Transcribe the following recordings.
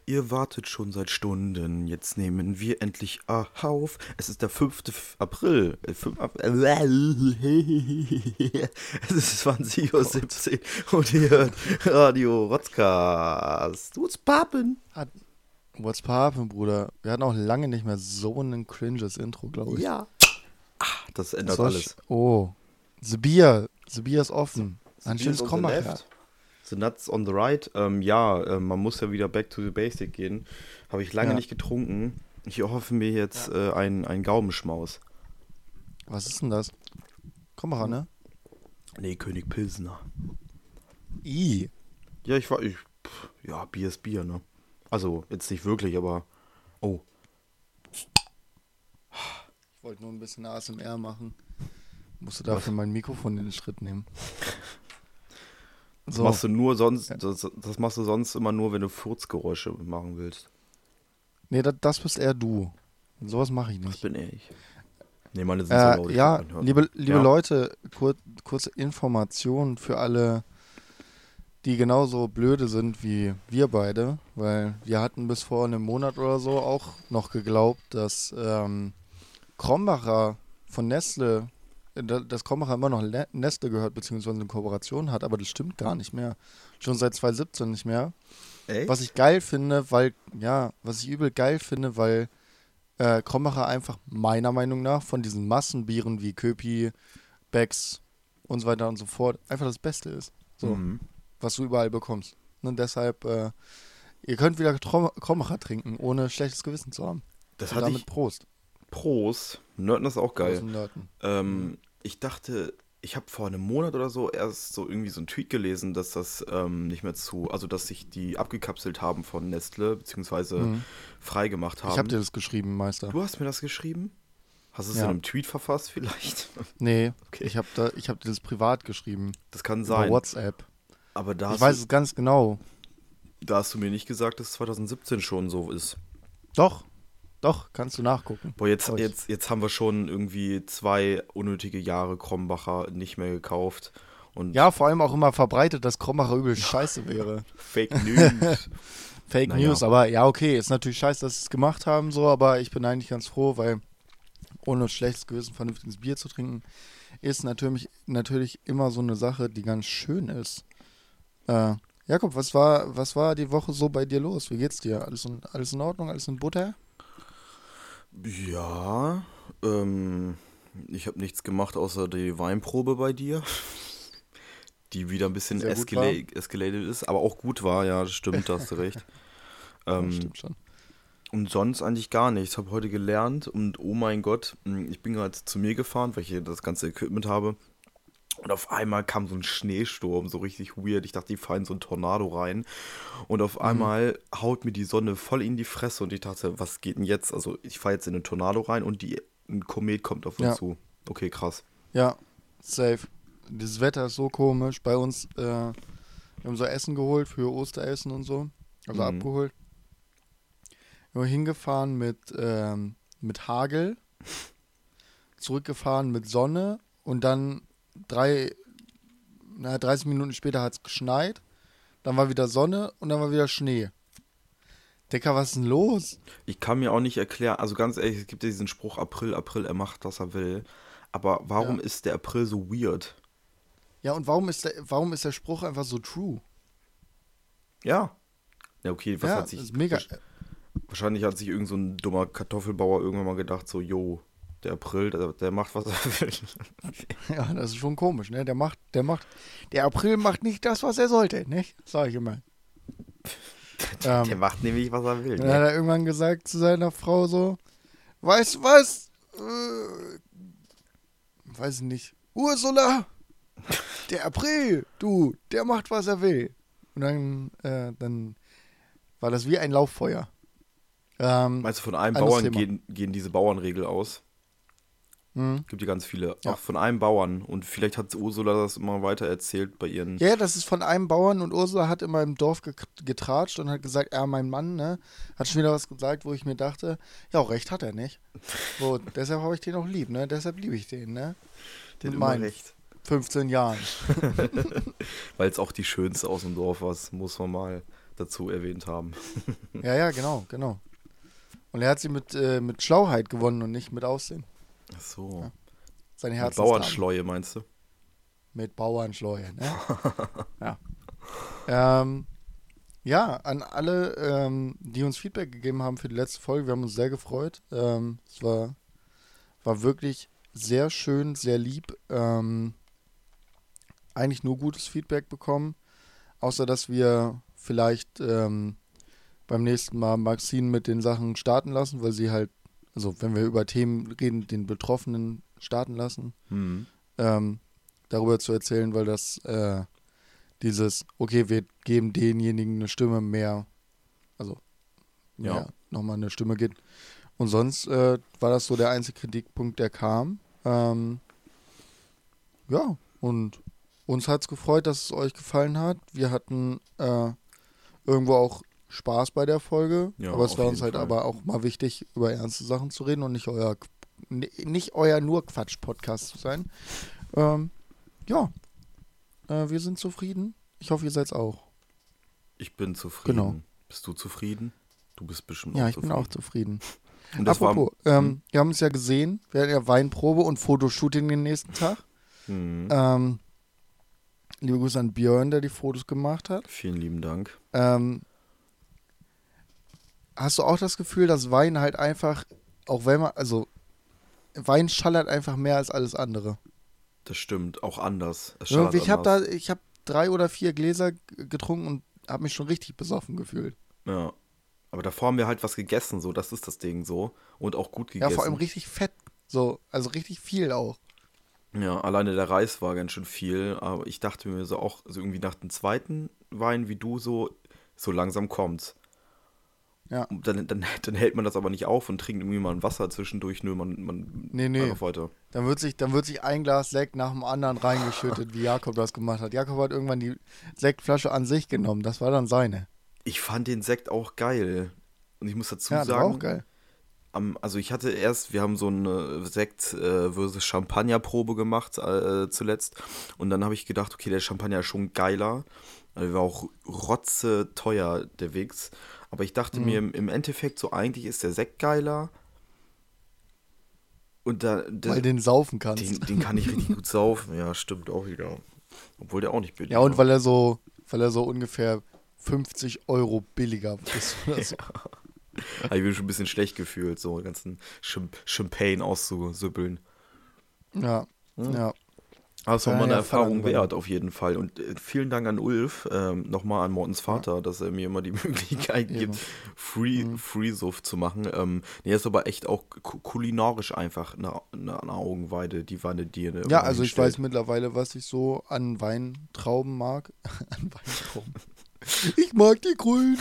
Ihr wartet schon seit Stunden, jetzt nehmen wir endlich auf. Es ist der 5. April. Es ist Oh Gott. 20:17 Uhr und ihr hört Radio Rotzkast. What's poppin'? Hat- What's poppin', Bruder? Wir hatten auch lange nicht mehr so ein cringes Intro, glaube ich. Ja. Das ändert alles. Oh. The Beer. The Beer ist offen. Ein The schönes beers on the Krombacher. left, the nuts on the right. Man muss ja wieder back to the basic gehen. Habe ich lange Ja. nicht getrunken. Ich hoffe mir jetzt ein Gaumenschmaus. Was ist denn das? Krombacher, ne? Nee, König Pilsner. I. Ja, ja, Bier ist Bier, ne? Also, jetzt nicht wirklich, aber. Oh, Ich wollte nur ein bisschen ASMR machen. Musste dafür mein Mikrofon in den Schritt nehmen. das So. machst du nur sonst. Ja. Das machst du sonst immer nur, wenn du Furzgeräusche machen willst. Nee, das bist eher du. Sowas mache ich Das nicht. bin ich. Nee, meine sind so laut, ich Ja, kann man hören. liebe Ja. Leute, kurze Information für alle, die genauso blöde sind wie wir beide, weil wir hatten bis vor einem Monat oder so auch noch geglaubt, dass Krombacher von Nestle, dass Krombacher immer noch Nestle gehört, beziehungsweise eine Kooperation hat, aber das stimmt gar nicht mehr. Schon seit 2017 nicht mehr. Echt? Was ich geil finde, was ich übel geil finde, weil Krombacher einfach meiner Meinung nach von diesen Massenbieren wie Köpi, Becks und so weiter und so fort einfach das Beste ist. So, Mhm. was du überall bekommst. Und deshalb, ihr könnt wieder Krombacher trinken, ohne schlechtes Gewissen zu haben. Das Und hatte damit ich. Prost. Prost. Nörden ist auch geil. Aus dem Nörden. Ich dachte, ich habe vor einem Monat oder so erst so irgendwie so einen Tweet gelesen, dass das nicht mehr also dass sich die abgekapselt haben von Nestle, beziehungsweise Mhm. frei gemacht haben. Ich hab dir das geschrieben, Meister. Du hast mir das geschrieben? Hast du es Ja. in einem Tweet verfasst vielleicht? Nee, Okay. ich hab dir das privat geschrieben. Das kann Über sein. WhatsApp. Aber da Ich hast, weiß du, es ganz genau. da hast du mir nicht gesagt, dass es 2017 schon so ist. Doch, kannst du nachgucken. Boah, jetzt, Glaub ich. jetzt haben wir schon irgendwie 2 unnötige Jahre Krombacher nicht mehr gekauft. Und Ja, vor allem auch immer verbreitet, dass Krombacher übel scheiße wäre. Fake News. Fake Naja. News, aber ja, okay, ist natürlich scheiße, dass sie es gemacht haben, so, aber ich bin eigentlich ganz froh, weil ohne schlechtes Gewissen vernünftiges Bier zu trinken, ist natürlich immer so eine Sache, die ganz schön ist. Jakob, was war die Woche so bei dir los? Wie geht's dir? Alles in Ordnung? Alles in Butter? Ja, ich habe nichts gemacht außer die Weinprobe bei dir, die wieder ein bisschen Sehr gut war. escalated ist, aber auch gut war, ja, das stimmt, da hast du recht. Ja, Ähm, stimmt schon. und sonst eigentlich gar nichts. Ich habe heute gelernt und oh mein Gott, ich bin gerade zu mir gefahren, weil ich hier das ganze Equipment habe. Und auf einmal kam so ein Schneesturm, so richtig weird. Ich dachte, die fallen so ein Tornado rein. Und auf einmal haut mir die Sonne voll in die Fresse und ich dachte, was geht denn jetzt? Also ich fahre jetzt in einen Tornado rein und ein Komet kommt auf uns Ja. zu. Okay, krass. Ja, safe. Dieses Wetter ist so komisch. Bei uns, wir haben so Essen geholt für Osteressen und so. Also Mhm. abgeholt. Wir sind hingefahren mit Hagel, zurückgefahren mit Sonne und dann 30 Minuten später hat es geschneit. Dann war wieder Sonne und dann war wieder Schnee. Dicker, was ist denn los? Ich kann mir auch nicht erklären, also ganz ehrlich, es gibt ja diesen Spruch, April, April, er macht, was er will. Aber warum Ja. ist der April so weird? Ja, und warum ist der Spruch einfach so true? Ja. Ja, okay, was Ja, hat das sich... ist mega. Wahrscheinlich hat sich irgend so ein dummer Kartoffelbauer irgendwann mal gedacht, so, yo, der April, der macht, was er will. Ja, das ist schon komisch, ne? Der April macht nicht das, was er sollte, nicht? Sag ich immer. Der macht nämlich, was er will. Dann hat Ne? er irgendwann gesagt zu seiner Frau so, weißt du was? Weiß ich nicht. Ursula, der April, der macht, was er will. Und dann war das wie ein Lauffeuer. Meinst du, von einem Anderes Bauern Thema. gehen diese Bauernregel aus? Gibt ja ganz viele. Ja. Auch von einem Bauern. Und vielleicht hat Ursula das immer weiter erzählt bei ihren... Ja, das ist von einem Bauern und Ursula hat immer im Dorf getratscht und hat gesagt, mein Mann, ne, hat schon wieder was gesagt, wo ich mir dachte, ja, recht hat er nicht. So, deshalb habe ich den auch lieb, ne, deshalb liebe ich den, ne, Der hat mit immer meinen recht. 15 Jahren. Weil es auch die schönste aus dem Dorf war, muss man mal dazu erwähnt haben. Ja, genau. Und er hat sie mit Schlauheit gewonnen und nicht mit Aussehen. Ach so. Ja. Seine Mit Herzensdame. Bauernschleue, meinst du? Mit Bauernschleue, ne? Ja. Ja, an alle, die uns Feedback gegeben haben für die letzte Folge, wir haben uns sehr gefreut. Es war wirklich sehr schön, sehr lieb. Eigentlich nur gutes Feedback bekommen, außer dass wir vielleicht beim nächsten Mal Maxine mit den Sachen starten lassen, weil sie halt, also wenn wir über Themen reden, den Betroffenen starten lassen, darüber zu erzählen, weil das okay, wir geben denjenigen eine Stimme mehr, also nochmal eine Stimme geht. Und sonst war das so der einzige Kritikpunkt, der kam. Ja, und uns hat es gefreut, dass es euch gefallen hat. Wir hatten irgendwo auch Spaß bei der Folge, Ja, aber es auf war uns jeden halt Fall. aber auch mal wichtig, über ernste Sachen zu reden und nicht euer nur Quatsch-Podcast zu sein. Ja, wir sind zufrieden. Ich hoffe, ihr seid's auch. Ich bin zufrieden. Genau. Bist du zufrieden? Du bist bestimmt Ja, auch ich bin zufrieden. auch zufrieden. Und das Apropos, wir haben es ja gesehen, wir hatten ja Weinprobe und Fotoshooting den nächsten Tag. Liebe Grüße an Björn, der die Fotos gemacht hat. Vielen lieben Dank. Hast du auch das Gefühl, dass Wein halt einfach, auch wenn man, also Wein schallert einfach mehr als alles andere. Das stimmt, auch anders. Es schallert Irgendwie, anders. ich habe 3 oder 4 Gläser getrunken und habe mich schon richtig besoffen gefühlt. Ja. Aber davor haben wir halt was gegessen, so, das ist das Ding so. Und auch gut Ja, gegessen. vor allem richtig fett, so, also richtig viel auch. Ja, alleine der Reis war ganz schön viel, aber ich dachte mir so auch, so irgendwie nach dem zweiten Wein wie du so langsam kommt's. Ja. Und dann hält man das aber nicht auf und trinkt irgendwie mal ein Wasser zwischendurch, nur man Nee. einfach weiter. Dann wird sich ein Glas Sekt nach dem anderen reingeschüttet, wie Jakob das gemacht hat. Jakob hat irgendwann die Sektflasche an sich genommen, das war dann seine. Ich fand den Sekt auch geil. Und ich muss dazu Ja, das war sagen, auch geil. also wir haben so eine Sekt versus Champagner-Probe gemacht zuletzt. Und dann habe ich gedacht, okay, der Champagner ist schon geiler. Der war auch rotze teuer, der Wichs. Aber ich dachte mir im Endeffekt so, eigentlich ist der Sekt geiler. Und Weil den saufen kannst. den kann ich richtig gut saufen. Ja, stimmt auch wieder. Obwohl der auch nicht billig Ja, und war. weil er so ungefähr 50 Euro billiger ist oder so. Habe ich mir schon ein bisschen schlecht gefühlt, so den ganzen Champagne auszusüppeln. Ja. Aber es war mal eine Ja, Erfahrung verdammt. wert, auf jeden Fall. Und vielen Dank an Ulf, nochmal an Mortens Vater, dass er mir immer die Möglichkeit Eben. gibt, Free-Suff zu machen. Nee, ist aber echt auch kulinarisch einfach eine Augenweide, die Weine, die er Ja, immer also ich hinstellt. weiß mittlerweile, was ich so an Weintrauben mag. An Weintrauben. Ich mag die grün.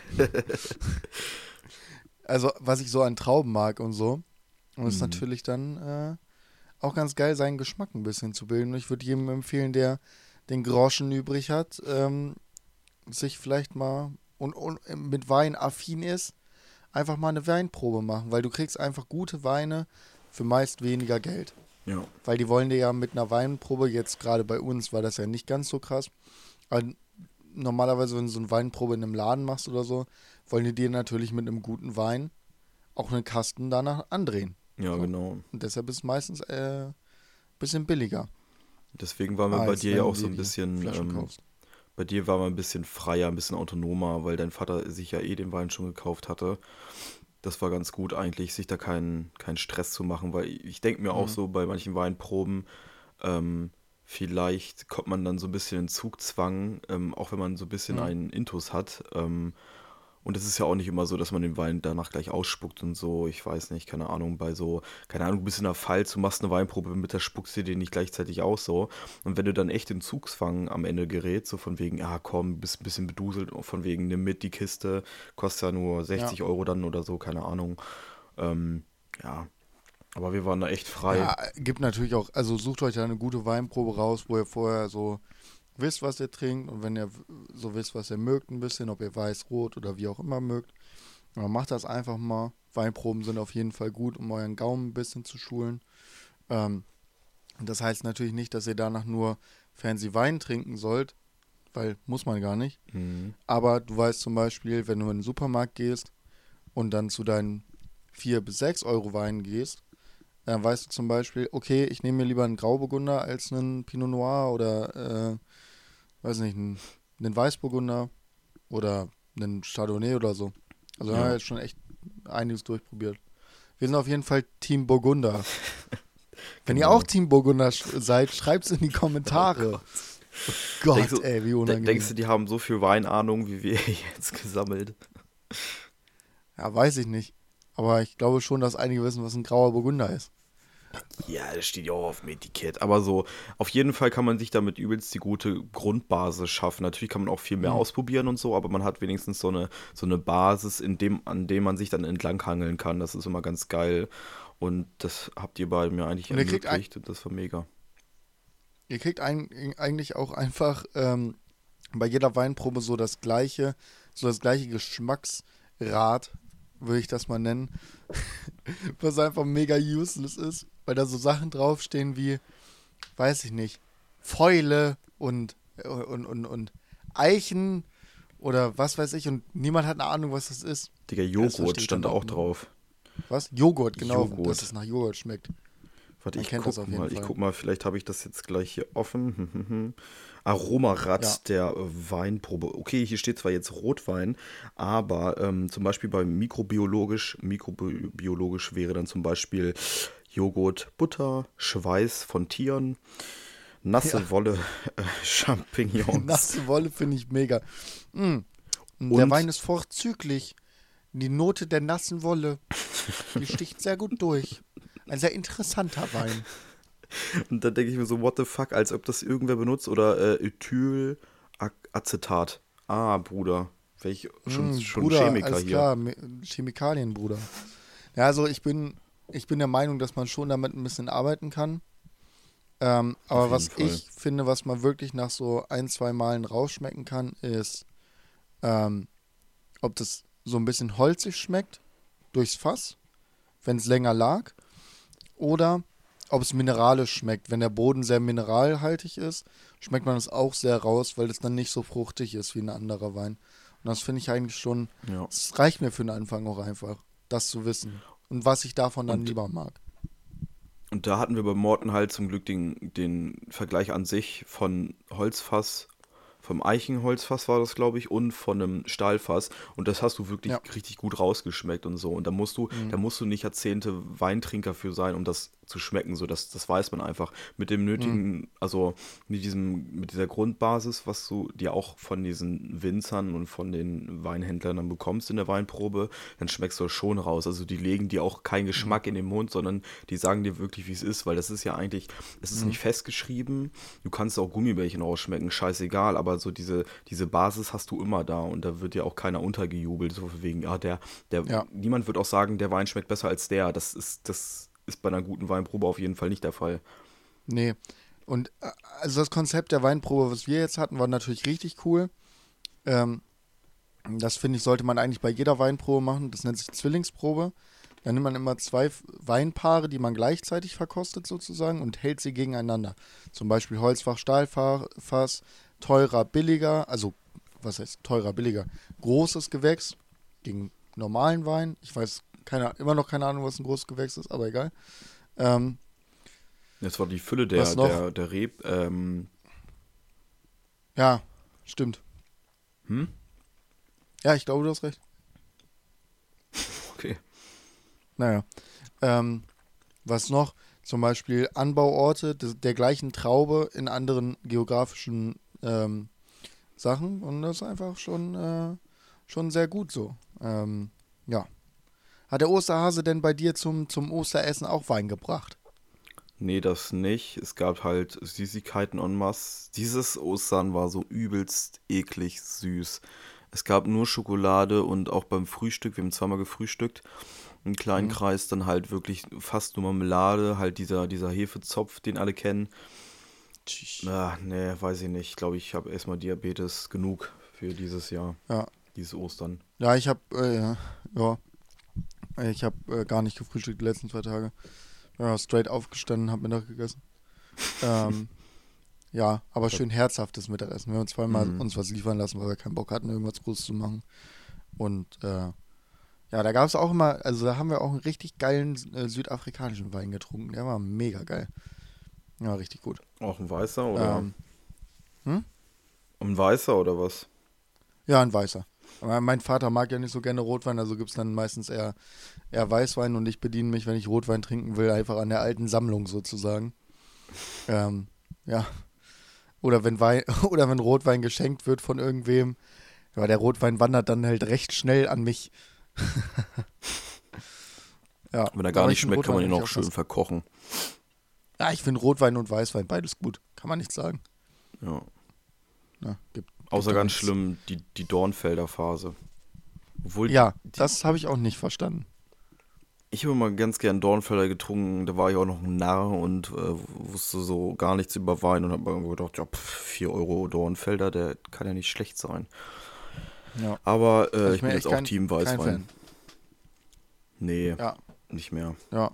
Also, was ich so an Trauben mag und so. Und es ist natürlich dann auch ganz geil, seinen Geschmack ein bisschen zu bilden. Und ich würde jedem empfehlen, der den Groschen übrig hat, sich vielleicht mal und mit Wein affin ist, einfach mal eine Weinprobe machen, weil du kriegst einfach gute Weine für meist weniger Geld. Ja, Weil die wollen dir ja mit einer Weinprobe, jetzt gerade bei uns war das ja nicht ganz so krass, aber normalerweise, wenn du so eine Weinprobe in einem Laden machst oder so, wollen die dir natürlich mit einem guten Wein auch einen Kasten danach andrehen. ja, So. genau. Und deshalb ist es meistens ein bisschen billiger. Deswegen waren wir bei als dir ja wenn auch du so dir ein die bisschen, Flaschen kaufst. bei dir war man ein bisschen freier, ein bisschen autonomer, weil dein Vater sich ja den Wein schon gekauft hatte. Das war ganz gut eigentlich, sich da keinen Stress zu machen, weil ich denke mir auch so bei manchen Weinproben, vielleicht kommt man dann so ein bisschen in Zugzwang, auch wenn man so ein bisschen einen Intus hat. Und es ist ja auch nicht immer so, dass man den Wein danach gleich ausspuckt und so. Ich weiß nicht, keine Ahnung, du bist in der Pfalz, du machst eine Weinprobe mit, der spuckst du den nicht gleichzeitig aus so. Und wenn du dann echt in Zugzwang am Ende gerätst, so von wegen, ja komm, bist ein bisschen beduselt, von wegen, nimm mit die Kiste, kostet ja nur 60 Euro dann oder so, keine Ahnung. Ja, aber wir waren da echt frei. Ja, gibt natürlich auch, also sucht euch da eine gute Weinprobe raus, wo ihr vorher so wisst, was ihr trinkt und wenn ihr so wisst, was ihr mögt ein bisschen, ob ihr weiß, rot oder wie auch immer mögt, dann macht das einfach mal. Weinproben sind auf jeden Fall gut, um euren Gaumen ein bisschen zu schulen. Und das heißt natürlich nicht, dass ihr danach nur fancy Wein trinken sollt, weil muss man gar nicht. Mhm. Aber du weißt zum Beispiel, wenn du in den Supermarkt gehst und dann zu deinen 4 bis 6 Euro Weinen gehst, dann weißt du zum Beispiel, okay, ich nehme mir lieber einen Grauburgunder als einen Pinot Noir oder, weiß nicht, einen Weißburgunder oder einen Chardonnay oder so. Also wir haben Ja. jetzt schon echt einiges durchprobiert. Wir sind auf jeden Fall Team Burgunder. Wenn ihr Genau. auch Team Burgunder seid, schreibt es in die Kommentare. Gott, Denkst du, ey, wie Denkst unangenehm. du, die haben so viel Weinahnung wie wir jetzt gesammelt? Ja, weiß ich nicht. Aber ich glaube schon, dass einige wissen, was ein grauer Burgunder ist. Ja, das steht ja auch auf dem Etikett. Aber so, auf jeden Fall kann man sich damit übelst die gute Grundbasis schaffen. Natürlich kann man auch viel mehr Mhm. ausprobieren und so, aber man hat wenigstens so eine Basis, an dem man sich dann entlanghangeln kann. Das ist immer ganz geil. Und das habt ihr bei mir eigentlich Und ermöglicht und das war mega. ihr kriegt eigentlich auch einfach bei jeder Weinprobe so das gleiche Geschmacksrad, würde ich das mal nennen, was einfach mega useless ist, weil da so Sachen draufstehen wie, weiß ich nicht, Fäule und Eichen oder was weiß ich und niemand hat eine Ahnung, was das ist. Digga, Das Joghurt verstehe ich dann stand auch auch nicht. drauf. Was? Joghurt, genau, dass Joghurt. es nach Joghurt schmeckt. Warte, Man ich kennt das guck auf jeden mal. Ich Fall. guck mal, vielleicht habe ich das jetzt gleich hier offen. Ja. Aromarad der Weinprobe. Okay, hier steht zwar jetzt Rotwein, aber zum Beispiel bei mikrobiologisch wäre dann zum Beispiel Joghurt, Butter, Schweiß von Tieren, Ja. nasse Wolle, Champignons Nasse Wolle finde ich mega. Mm. Der und, Wein ist vorzüglich. Die Note der nassen Wolle, die sticht sehr gut durch. Ein sehr interessanter Wein. und dann denke ich mir so, what the fuck, als ob das irgendwer benutzt oder Ethylacetat. Ah, Bruder, wäre ich schon Bruder, Chemiker alles hier. klar. Chemikalien, Bruder. Ja, also ich bin der Meinung, dass man schon damit ein bisschen arbeiten kann. Auf Aber jeden was Fall. ich finde, was man wirklich nach so ein, zwei Malen rausschmecken kann, ist, ähm, ob das so ein bisschen holzig schmeckt durchs Fass, wenn es länger lag, oder ob es mineralisch schmeckt. Wenn der Boden sehr mineralhaltig ist, schmeckt man es auch sehr raus, weil es dann nicht so fruchtig ist wie ein anderer Wein. Und das finde ich eigentlich schon, Ja. es reicht mir für den Anfang auch einfach, das zu wissen. Und was ich davon dann Und, lieber mag. und da hatten wir bei Morten halt zum Glück den Vergleich an sich von Holzfass, vom Eichenholzfass war das, glaube ich, und von einem Stahlfass. Und das hast du wirklich Ja. richtig gut rausgeschmeckt und so. Und da Mhm. musst du nicht Jahrzehnte Weintrinker für sein, um das zu schmecken. So, das weiß man einfach. Mit dem Mhm. nötigen, also mit dieser Grundbasis, was du dir auch von diesen Winzern und von den Weinhändlern dann bekommst in der Weinprobe, dann schmeckst du das schon raus. Also die legen dir auch keinen Mhm. Geschmack in den Mund, sondern die sagen dir wirklich, wie es ist, weil das ist ja eigentlich, es ist Mhm. nicht festgeschrieben. Du kannst auch Gummibärchen rausschmecken, scheißegal, aber so diese Basis hast du immer da und da wird dir auch keiner untergejubelt, so von wegen, Ja. niemand wird auch sagen, der Wein schmeckt besser als der. Das ist bei einer guten Weinprobe auf jeden Fall nicht der Fall. Nee. Und also das Konzept der Weinprobe, was wir jetzt hatten, war natürlich richtig cool. Ähm, Das finde ich, sollte man eigentlich bei jeder Weinprobe machen. Das nennt sich Zwillingsprobe. Da nimmt man immer zwei Weinpaare, die man gleichzeitig verkostet sozusagen und hält sie gegeneinander. Zum Beispiel Holzfach, Stahlfass, teurer, billiger, also was heißt teurer, billiger? Großes Gewächs gegen normalen Wein. Ich weiß immer noch keine Ahnung, was ein großes Gewächs ist, aber egal. Ähm, Das war die Fülle was noch? der Reb. Ja, stimmt. Hm? Ja, ich glaube, du hast recht. Okay. Naja. Ähm, Was noch? Zum Beispiel Anbauorte der gleichen Traube in anderen geografischen Sachen. Und das ist einfach schon sehr gut so. Ja. Hat der Osterhase denn bei dir zum Osteressen auch Wein gebracht? Nee, das nicht. Es gab halt Süßigkeiten en masse. Dieses Ostern war so übelst eklig süß. Es gab nur Schokolade und auch beim Frühstück, wir haben zweimal gefrühstückt, im kleinen Hm. Kreis dann halt wirklich fast nur Marmelade, halt dieser Hefezopf, den alle kennen. Tsch. Ah, nee, weiß ich nicht. Ich glaube, ich habe erstmal Diabetes genug für dieses Jahr, Ja. dieses Ostern. Ja, ja, ich habe gar nicht gefrühstückt die letzten 2 Tage. Ja, straight aufgestanden, hab Mittag gegessen. Ähm, Ja, aber schön herzhaftes Mittagessen. Wir haben zweimal Mhm. uns was liefern lassen, weil wir keinen Bock hatten, irgendwas Großes zu machen. Und ja, da gab es auch immer, also da haben wir auch einen richtig geilen südafrikanischen Wein getrunken. Der war mega geil. Ja, richtig gut. Auch ein weißer oder? Ähm, hm? Ein weißer oder was? Ja, ein weißer. Aber mein Vater mag ja nicht so gerne Rotwein, also gibt es dann meistens eher Weißwein und ich bediene mich, wenn ich Rotwein trinken will, einfach an der alten Sammlung sozusagen. Ähm, ja. Oder wenn Wein, oder wenn Rotwein geschenkt wird von irgendwem, ja, der Rotwein wandert dann halt recht schnell an mich. Ja, Wenn er gar aber nicht ich finde schmeckt, kann man Rotwein ihn eigentlich auch auch schön krass. verkochen. Ja, ich finde Rotwein und Weißwein beides gut. Kann man nichts sagen. Ja. Ja, gibt Außer da ganz nichts. schlimm die Dornfelder Phase. Obwohl, Ja, das habe ich auch nicht verstanden. ich habe immer ganz gern Dornfelder getrunken, da war ich auch noch ein Narr und wusste so gar nichts über Wein und habe mir gedacht, ja, 4 Euro Dornfelder, der kann ja nicht schlecht sein. Ja. Aber Also ich ich bin bin echt jetzt auch kein, Team kein Weißwein. Fan. Nee, Ja, nicht mehr. ja.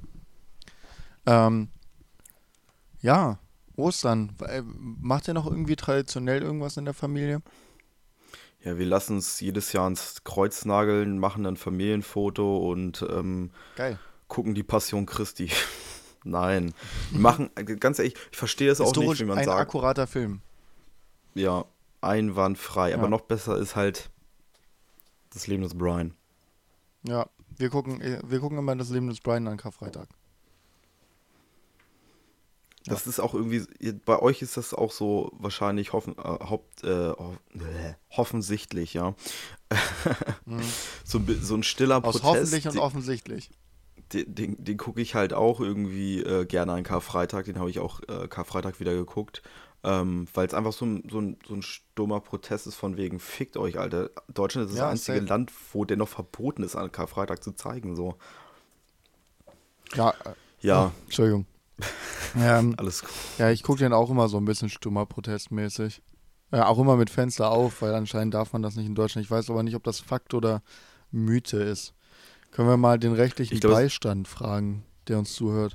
Ähm, ja, Ostern. Macht ihr noch irgendwie traditionell irgendwas in der Familie? Ja, wir lassen uns jedes Jahr ans Kreuz nageln, machen ein Familienfoto und Geil. gucken die Passion Christi. Nein, wir machen, ganz ehrlich, ich verstehe es auch nicht, Historisch wie man ein sagt, akkurater Film. ja, einwandfrei. Aber Ja, noch besser ist halt das Leben des Brian. ja. Wir gucken immer das Leben des Brian an Karfreitag. Ja. Das ist auch irgendwie, bei euch ist das auch so wahrscheinlich offensichtlich, ja. Mhm. So ein stiller Aus hoffentlich Protest, und offensichtlich. den gucke ich halt auch irgendwie gerne an Karfreitag, den habe ich auch Karfreitag wieder geguckt, weil es einfach so ein stummer Protest ist von wegen, fickt euch, Alter. Deutschland ist das Ja, einzige safe. Land, wo der noch verboten ist, an Karfreitag zu zeigen, so. Ja, oh, Ja, Entschuldigung. alles gut. Ja, ich gucke den auch immer so ein bisschen stummer protestmäßig. Auch immer mit Fenster auf, weil anscheinend darf man das nicht in Deutschland. Ich weiß aber nicht, ob das Fakt oder Mythe ist. Können wir mal den Ich rechtlichen glaube, Beistand fragen, der uns zuhört?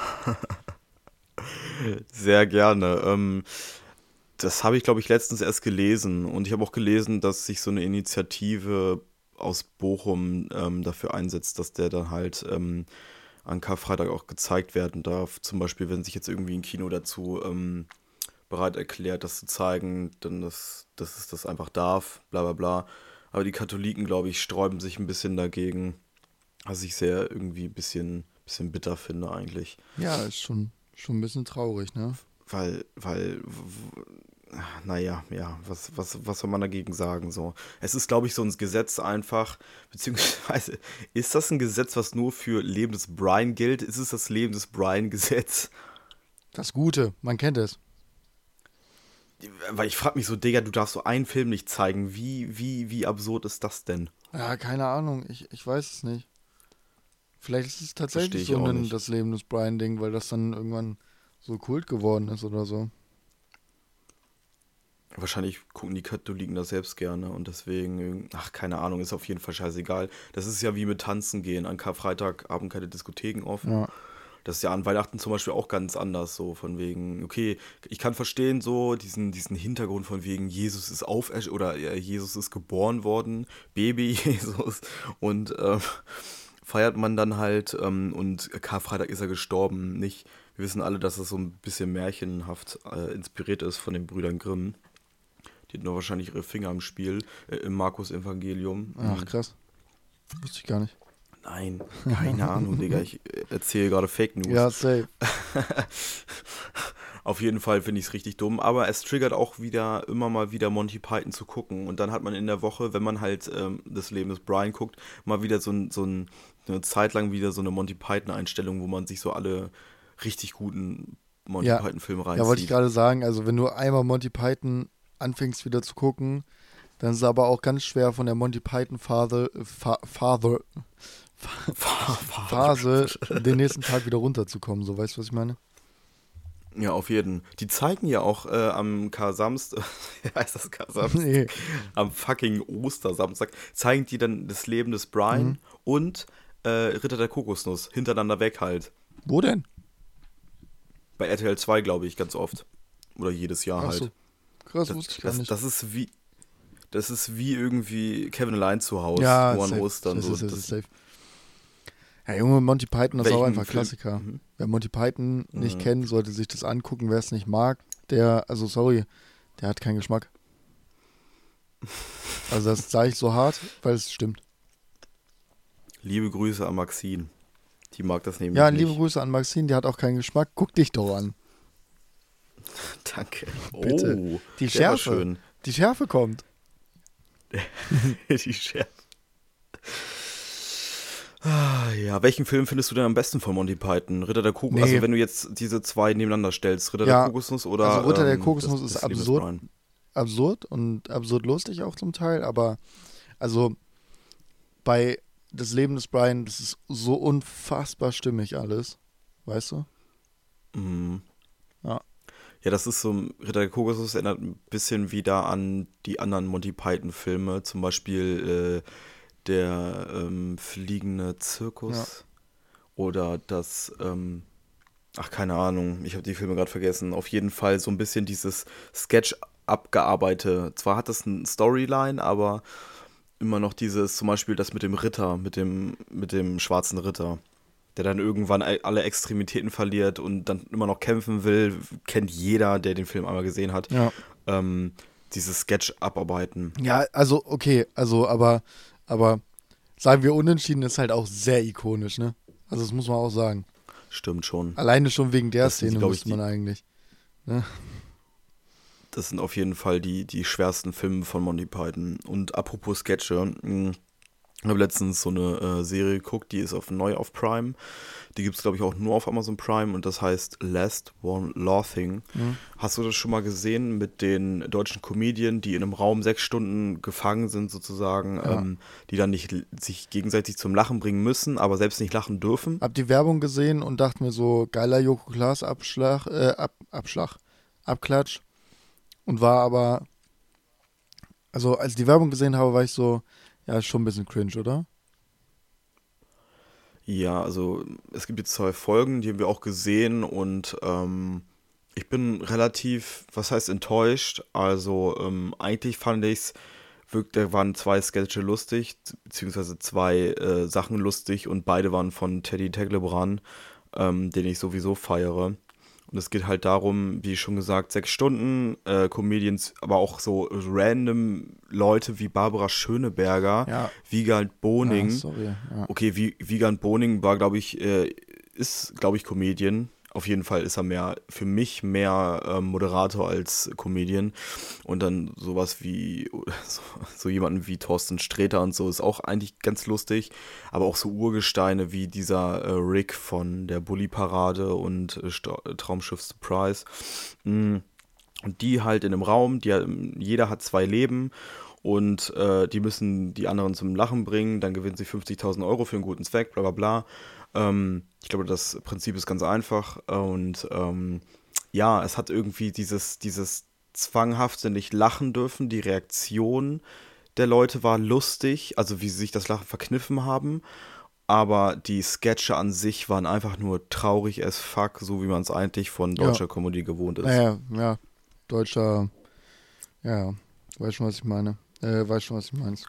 sehr gerne. Das habe ich, glaube ich, letztens erst gelesen. Und ich habe auch gelesen, dass sich so eine Initiative aus Bochum dafür einsetzt, dass der dann halt an Karfreitag auch gezeigt werden darf. Zum Beispiel, wenn sich jetzt irgendwie ein Kino dazu bereit erklärt, das zu zeigen, dann dass es das einfach darf, bla bla bla. Aber die Katholiken, glaube ich, sträuben sich ein bisschen dagegen, was ich sehr irgendwie ein bisschen bitter finde eigentlich. Ja, ist schon ein bisschen traurig, ne? Naja, ja, was soll man dagegen sagen? So. Es ist, glaube ich, so ein Gesetz einfach, beziehungsweise ist das ein Gesetz, was nur für Leben des Brian gilt? Ist es das Leben des Brian-Gesetz? Das Gute, man kennt es. Weil ich frage mich so, Digga, du darfst so einen Film nicht zeigen. Wie absurd ist das denn? Ja, keine Ahnung, ich weiß es nicht. Vielleicht ist es Verstehe tatsächlich ich so auch ein nicht. das Leben des Brian-Ding, weil das dann irgendwann so Kult geworden ist oder so. Wahrscheinlich gucken die Katholiken das selbst gerne und deswegen, ach, keine Ahnung, ist auf jeden Fall scheißegal. Das ist ja wie mit Tanzen gehen. An Karfreitag haben keine Diskotheken offen. Ja, Das ist ja an Weihnachten zum Beispiel auch ganz anders, so von wegen, okay, ich kann verstehen so diesen Hintergrund von wegen, Jesus ist oder Jesus ist geboren worden, Baby Jesus und feiert man dann halt und Karfreitag ist er gestorben, nicht. Wir wissen alle, dass das so ein bisschen märchenhaft inspiriert ist von den Brüdern Grimm. Die hatten doch wahrscheinlich ihre Finger im Spiel, im Markus-Evangelium. ach krass, wusste ich gar nicht. Nein, keine Ahnung, Digga, ich erzähle gerade Fake News. Ja, safe. Auf jeden Fall finde ich es richtig dumm, aber es triggert auch wieder, immer mal wieder Monty Python zu gucken. Und dann hat man in der Woche, wenn man halt das Leben des Brian guckt, mal wieder eine Zeit lang wieder so eine Monty Python-Einstellung, wo man sich so alle richtig guten Monty Ja, Python-Filme ja, wollte ich reinzieht. gerade sagen, also wenn du einmal Monty Python anfängst wieder zu gucken, dann ist es aber auch ganz schwer von der Monty Python Phase den nächsten Tag wieder runterzukommen, so weißt du, was ich meine? Ja, auf jeden. Die zeigen ja auch am Kar-Samstag, heißt das Kar-Samstag? Nee. Am fucking Ostersamstag, zeigen die dann das Leben des Mhm. Brian und Ritter der Kokosnuss hintereinander weg halt. Wo denn? Bei RTL 2, glaube ich, ganz oft. Oder jedes Jahr Ach halt. so. Krass, wusste ich gar nicht. Das ist wie irgendwie Kevin allein zu Hause, Ja, nur an safe. Ostern. Das So. ist safe. Ja, Junge, Monty Python ist auch Welchen einfach Film? Klassiker. Mhm. Wer Monty Python nicht Mhm. kennt, sollte sich das angucken. Wer es nicht mag, sorry, der hat keinen Geschmack. Also das sage ich so hart, weil es stimmt. Liebe Grüße an Maxine. Die mag das nämlich Ja, nicht. liebe Grüße an Maxine, die hat auch keinen Geschmack. Guck dich doch an. Danke. Bitte. Oh, Die der war Schärfe. schön. Die Schärfe kommt. Die Schärfe. Ja, welchen Film findest du denn am besten von Monty Python? Ritter der Kokosnuss? Nee. Also wenn du jetzt diese zwei nebeneinander stellst, Ritter Ja, der Kokosnuss oder also Ritter der Kokosnuss ist das Leben des absurd. Brian? Absurd und absurd lustig auch zum Teil, aber also bei Das Leben des Brian, das ist so unfassbar stimmig alles. Weißt du? Mhm. Ja. Ja, das ist so, Ritter der Kokosnuss erinnert ein bisschen wieder an die anderen Monty Python-Filme, zum Beispiel der fliegende Zirkus oder das, ach keine Ahnung, ich habe die Filme gerade vergessen, auf jeden Fall so ein bisschen dieses Sketch abgearbeitet. Zwar hat das eine Storyline, aber immer noch dieses, zum Beispiel das mit dem Ritter, mit dem schwarzen Ritter, der dann irgendwann alle Extremitäten verliert und dann immer noch kämpfen will, kennt jeder, der den Film einmal gesehen hat. Ja. Dieses Sketch abarbeiten. Ja, also okay, aber sagen wir unentschieden ist halt auch sehr ikonisch, ne? Also das muss man auch sagen. Stimmt schon. Alleine schon wegen der Das sind, Szene glaub ich, müsste man eigentlich. Ne? Das sind auf jeden Fall die schwersten Filme von Monty Python. Und apropos Sketche, ich habe letztens so eine Serie geguckt, die ist neu auf Prime. Die gibt es, glaube ich, auch nur auf Amazon Prime und das heißt Last One Laughing. Mhm. Hast du das schon mal gesehen mit den deutschen Comedien, die in einem Raum 6 Stunden gefangen sind sozusagen, Ja. die dann nicht sich gegenseitig zum Lachen bringen müssen, aber selbst nicht lachen dürfen? Hab die Werbung gesehen und dachte mir so, geiler Joko Klaas Abklatsch. Und war aber, also als ich die Werbung gesehen habe, war ich so, ja, ist schon ein bisschen cringe, oder? Ja, also es gibt jetzt 2 Folgen, die haben wir auch gesehen und ich bin relativ, was heißt enttäuscht? Also eigentlich fand ich's da waren 2 Sketche lustig, beziehungsweise 2 Sachen lustig und beide waren von Teddy Teglebran, den ich sowieso feiere. Und es geht halt darum, wie schon gesagt, 6 Stunden, Comedians, aber auch so random Leute wie Barbara Schöneberger, Ja. Wiegald Boning. Sorry. Ja. Okay, Wiegand Boning war, ist, glaube ich, Comedian. Auf jeden Fall ist er für mich mehr Moderator als Comedian. Und dann sowas wie, so jemanden wie Thorsten Sträter und so ist auch eigentlich ganz lustig. Aber auch so Urgesteine wie dieser Rick von der Bully-Parade und Traumschiff Surprise. Und die halt in einem Raum, jeder hat 2 Leben. Und die müssen die anderen zum Lachen bringen, dann gewinnen sie 50.000 Euro für einen guten Zweck, bla bla bla. Ich glaube, das Prinzip ist ganz einfach. Und ja, es hat irgendwie dieses zwanghafte nicht lachen dürfen. Die Reaktion der Leute war lustig, also wie sie sich das Lachen verkniffen haben. Aber die Sketche an sich waren einfach nur traurig as fuck, so wie man es eigentlich von deutscher Comedy gewohnt ist. Ja, deutscher, ja, weißt schon, was ich meine. Weißt schon, was ich meinst.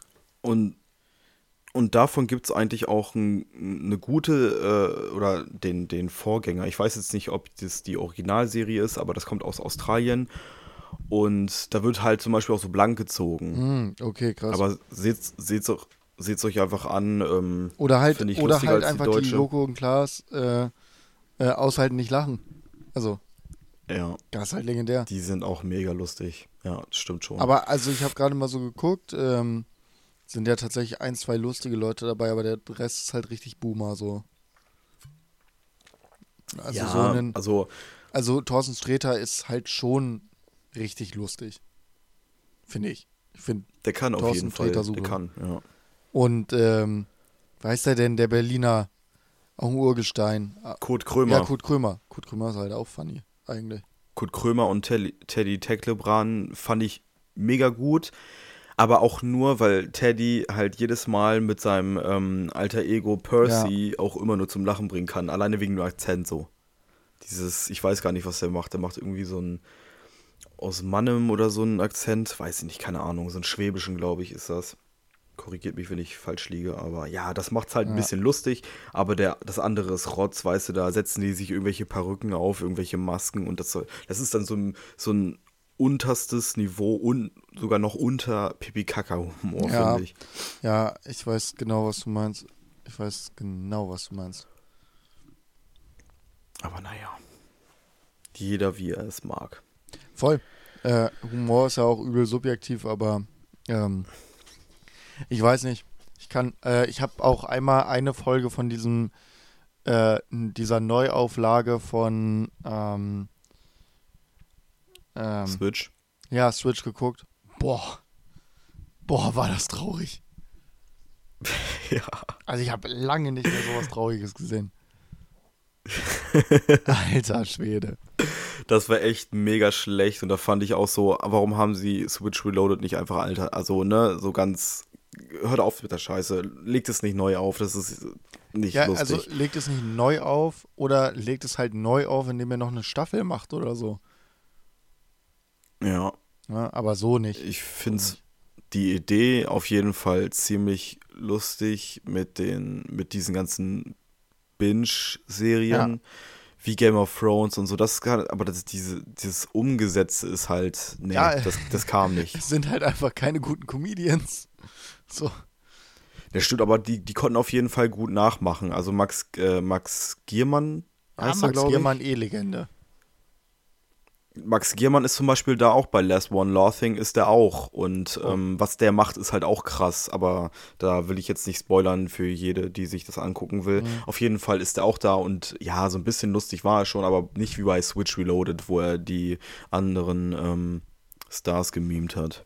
Und davon gibt es eigentlich auch eine gute, oder den Vorgänger. Ich weiß jetzt nicht, ob das die Originalserie ist, aber das kommt aus Australien. Und da wird halt zum Beispiel auch so blank gezogen. Okay, krass. Aber seht's euch einfach an. Oder halt, find ich oder lustiger halt als die einfach die deutsche. Joko und Klaas aushalten, nicht lachen. Also, Ja, das ist halt legendär. die sind auch mega lustig. Ja, das stimmt schon. Aber also ich habe gerade mal so geguckt, sind ja tatsächlich 1, 2 lustige Leute dabei, aber der Rest ist halt richtig Boomer so. Also ja, so einen, also also Thorsten Sträter ist halt schon richtig lustig. Finde ich. Ich finde, der kann auf Thorsten jeden Fall. Sträter super. Der kann, ja. und weiß der denn, der Berliner, auch ein Urgestein. Kurt Krömer. Ja, Kurt Krömer. Kurt Krömer ist halt auch funny, eigentlich. Kurt Krömer und Teddy Teglebran fand ich mega gut, aber auch nur, weil Teddy halt jedes Mal mit seinem alter Ego Percy auch immer nur zum Lachen bringen kann, alleine wegen dem Akzent so. Ich weiß gar nicht, was der macht irgendwie so ein aus Mannem oder so ein Akzent, weiß ich nicht, keine Ahnung, so einen schwäbischen, glaube ich, ist das. Korrigiert mich, wenn ich falsch liege, aber ja, das macht's halt ein Ja, bisschen lustig, aber das andere ist Rotz, weißt du, da setzen die sich irgendwelche Perücken auf, irgendwelche Masken und das ist dann so ein unterstes Niveau und sogar noch unter Pipi-Kaka-Humor, ja, finde ich. ja, ich weiß genau, was du meinst. Ich weiß genau, was du meinst. Aber naja, jeder wie er es mag. Voll. Humor ist ja auch übel subjektiv, aber ähm, ich weiß nicht. Ich habe auch einmal eine Folge von dieser Neuauflage von ähm, Switch. ja, Switch geguckt. Boah, boah, war das traurig. Ja. Also ich habe lange nicht mehr sowas Trauriges gesehen. Alter Schwede. Das war echt mega schlecht und da fand ich auch so, warum haben sie Switch Reloaded nicht einfach alter, also ne, so ganz, hört auf mit der Scheiße, legt es nicht neu auf, das ist nicht Ja, also lustig. legt es nicht neu auf oder legt es halt neu auf, indem er noch eine Staffel macht oder so. Ja, Ja, aber so nicht. ich So finde nicht. die Idee auf jeden Fall ziemlich lustig mit diesen ganzen Ja, Binge-Serien wie Game of Thrones und so, aber dieses Umgesetzte ist halt, nee, ja, das kam nicht. es sind halt einfach keine guten Comedians. So. Das stimmt, aber die konnten auf jeden Fall gut nachmachen. Also Max Giermann Ja, heißt er, Max glaube Giermann ich. eh Legende. Max Giermann ist zum Beispiel da auch bei Last One Laughing, ist der auch. Und Oh. was der macht, ist halt auch krass. Aber da will ich jetzt nicht spoilern für jede, die sich das angucken will. Mhm. Auf jeden Fall ist der auch da und ja, so ein bisschen lustig war er schon, aber nicht wie bei Switch Reloaded, wo er die anderen Stars gemimt hat.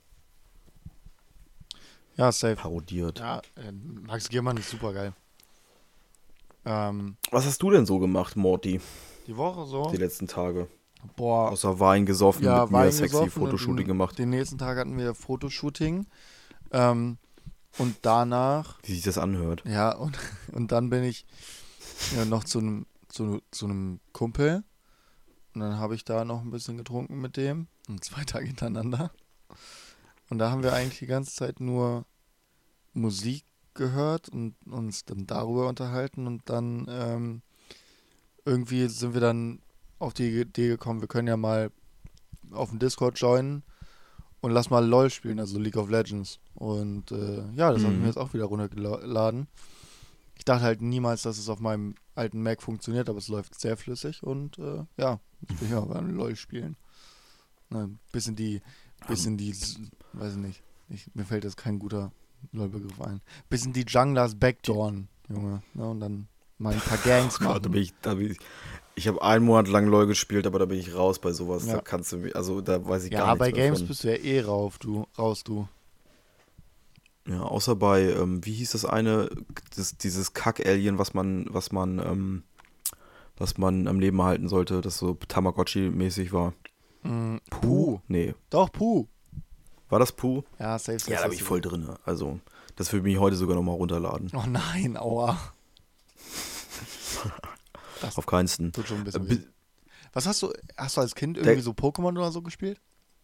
Ja, safe. Parodiert. Ja, Max Giermann ist super geil. Ähm, Was hast du denn so gemacht, Morty, die Woche so. die letzten Tage? Boah, Außer Wein gesoffen und ja, mit mir Wein sexy gesoffen Fotoshooting und gemacht. den nächsten Tag hatten wir Fotoshooting. Ähm, und danach, Wie sich das anhört. ja, und dann bin ich noch zu einem Kumpel. Und dann habe ich da noch ein bisschen getrunken mit dem. Und 2 Tage hintereinander. Und da haben wir eigentlich die ganze Zeit nur Musik gehört und uns dann darüber unterhalten. Und dann irgendwie sind wir dann auf die Idee gekommen, wir können ja mal auf dem Discord joinen und lass mal LOL spielen, also League of Legends. Und ja, das habe ich mir Mhm. jetzt auch wieder runtergeladen. Ich dachte halt niemals, dass es auf meinem alten Mac funktioniert, aber es läuft sehr flüssig und ja, ich bin ja beim LOL spielen. Ne, weiß ich nicht. Mir fällt jetzt kein guter LOL-Begriff ein. Bisschen die Junglers backdooren, Junge. Ne, und dann mal ein paar Gangs Gott, machen. ich habe einen Monat lang LOL gespielt, aber da bin ich raus bei sowas. Da Ja. kannst du mich, also da weiß ich gar Ja, nichts bei mehr Games von. bist du ja eh raus, du. Ja, außer bei, wie hieß das eine, dieses Kack-Alien, was man am Leben erhalten sollte, das so Tamagotchi-mäßig war. Puh? Puh. Nee. Doch, Puh. War das Puh? Ja, safe, safe, Ja, da bin safe. ich voll drin. Also, das würde mich heute sogar nochmal runterladen. Oh nein, aua. Das Auf keinsten. tut schon ein Äh, bisschen weh. bi- Hast du als Kind der, irgendwie so Pokémon oder so gespielt?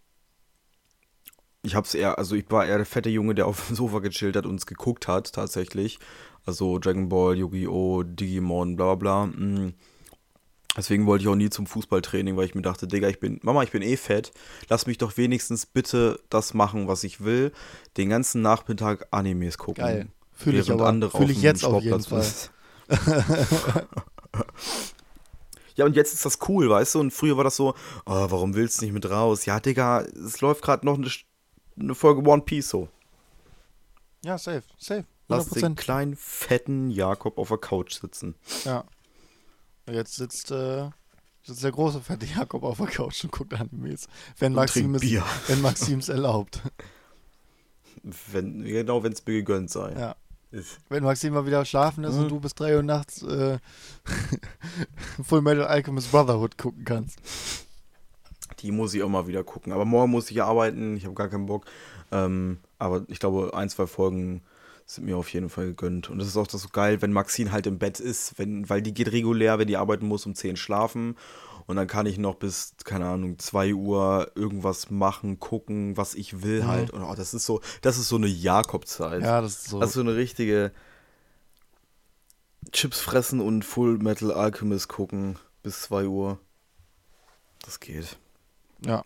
ich war eher der fette Junge, der auf dem Sofa gechillt hat und es geguckt hat, tatsächlich. Also Dragon Ball, Yu-Gi-Oh!, Digimon, bla bla bla. Deswegen wollte ich auch nie zum Fußballtraining, weil ich mir dachte, Digga, Mama, ich bin eh fett. Lass mich doch wenigstens bitte das machen, was ich will. Den ganzen Nachmittag Animes Geil. gucken. Fühle ich Während aber. andere Fühle auf ich dem jetzt auf jeden Sportplatz. Fall. Ja, und jetzt ist das cool, weißt du? Und früher war das so, oh, warum willst du nicht mit raus? Ja, Digga, es läuft gerade noch eine Folge One Piece so. Ja, safe, safe. Lass den 100%. kleinen, fetten Jakob auf der Couch sitzen. Ja. Jetzt sitzt der große fette Jakob auf der Couch und guckt Animes. Wenn Und trinkt Bier. Wenn Maxim es erlaubt. Genau, wenn es mir gegönnt sei. Ja. Ist. Wenn Maxim mal wieder schlafen ist und du bis 3 Uhr nachts Full Metal Alchemist Brotherhood gucken kannst. Die muss ich auch mal wieder gucken. Aber morgen muss ich arbeiten, ich habe gar keinen Bock. Aber ich glaube, 1, 2 Folgen Sind mir auf jeden Fall gegönnt. Und das ist auch das so geil, wenn Maxine halt im Bett ist, weil die geht regulär, wenn die arbeiten muss, um 10 schlafen. Und dann kann ich noch bis, keine Ahnung, 2 Uhr irgendwas machen, gucken, was ich will halt. Und das ist so eine Jakob-Zeit. Ja, das ist so. Das ist so eine richtige Chips fressen und Full Metal Alchemist gucken bis 2 Uhr. Das geht. Ja.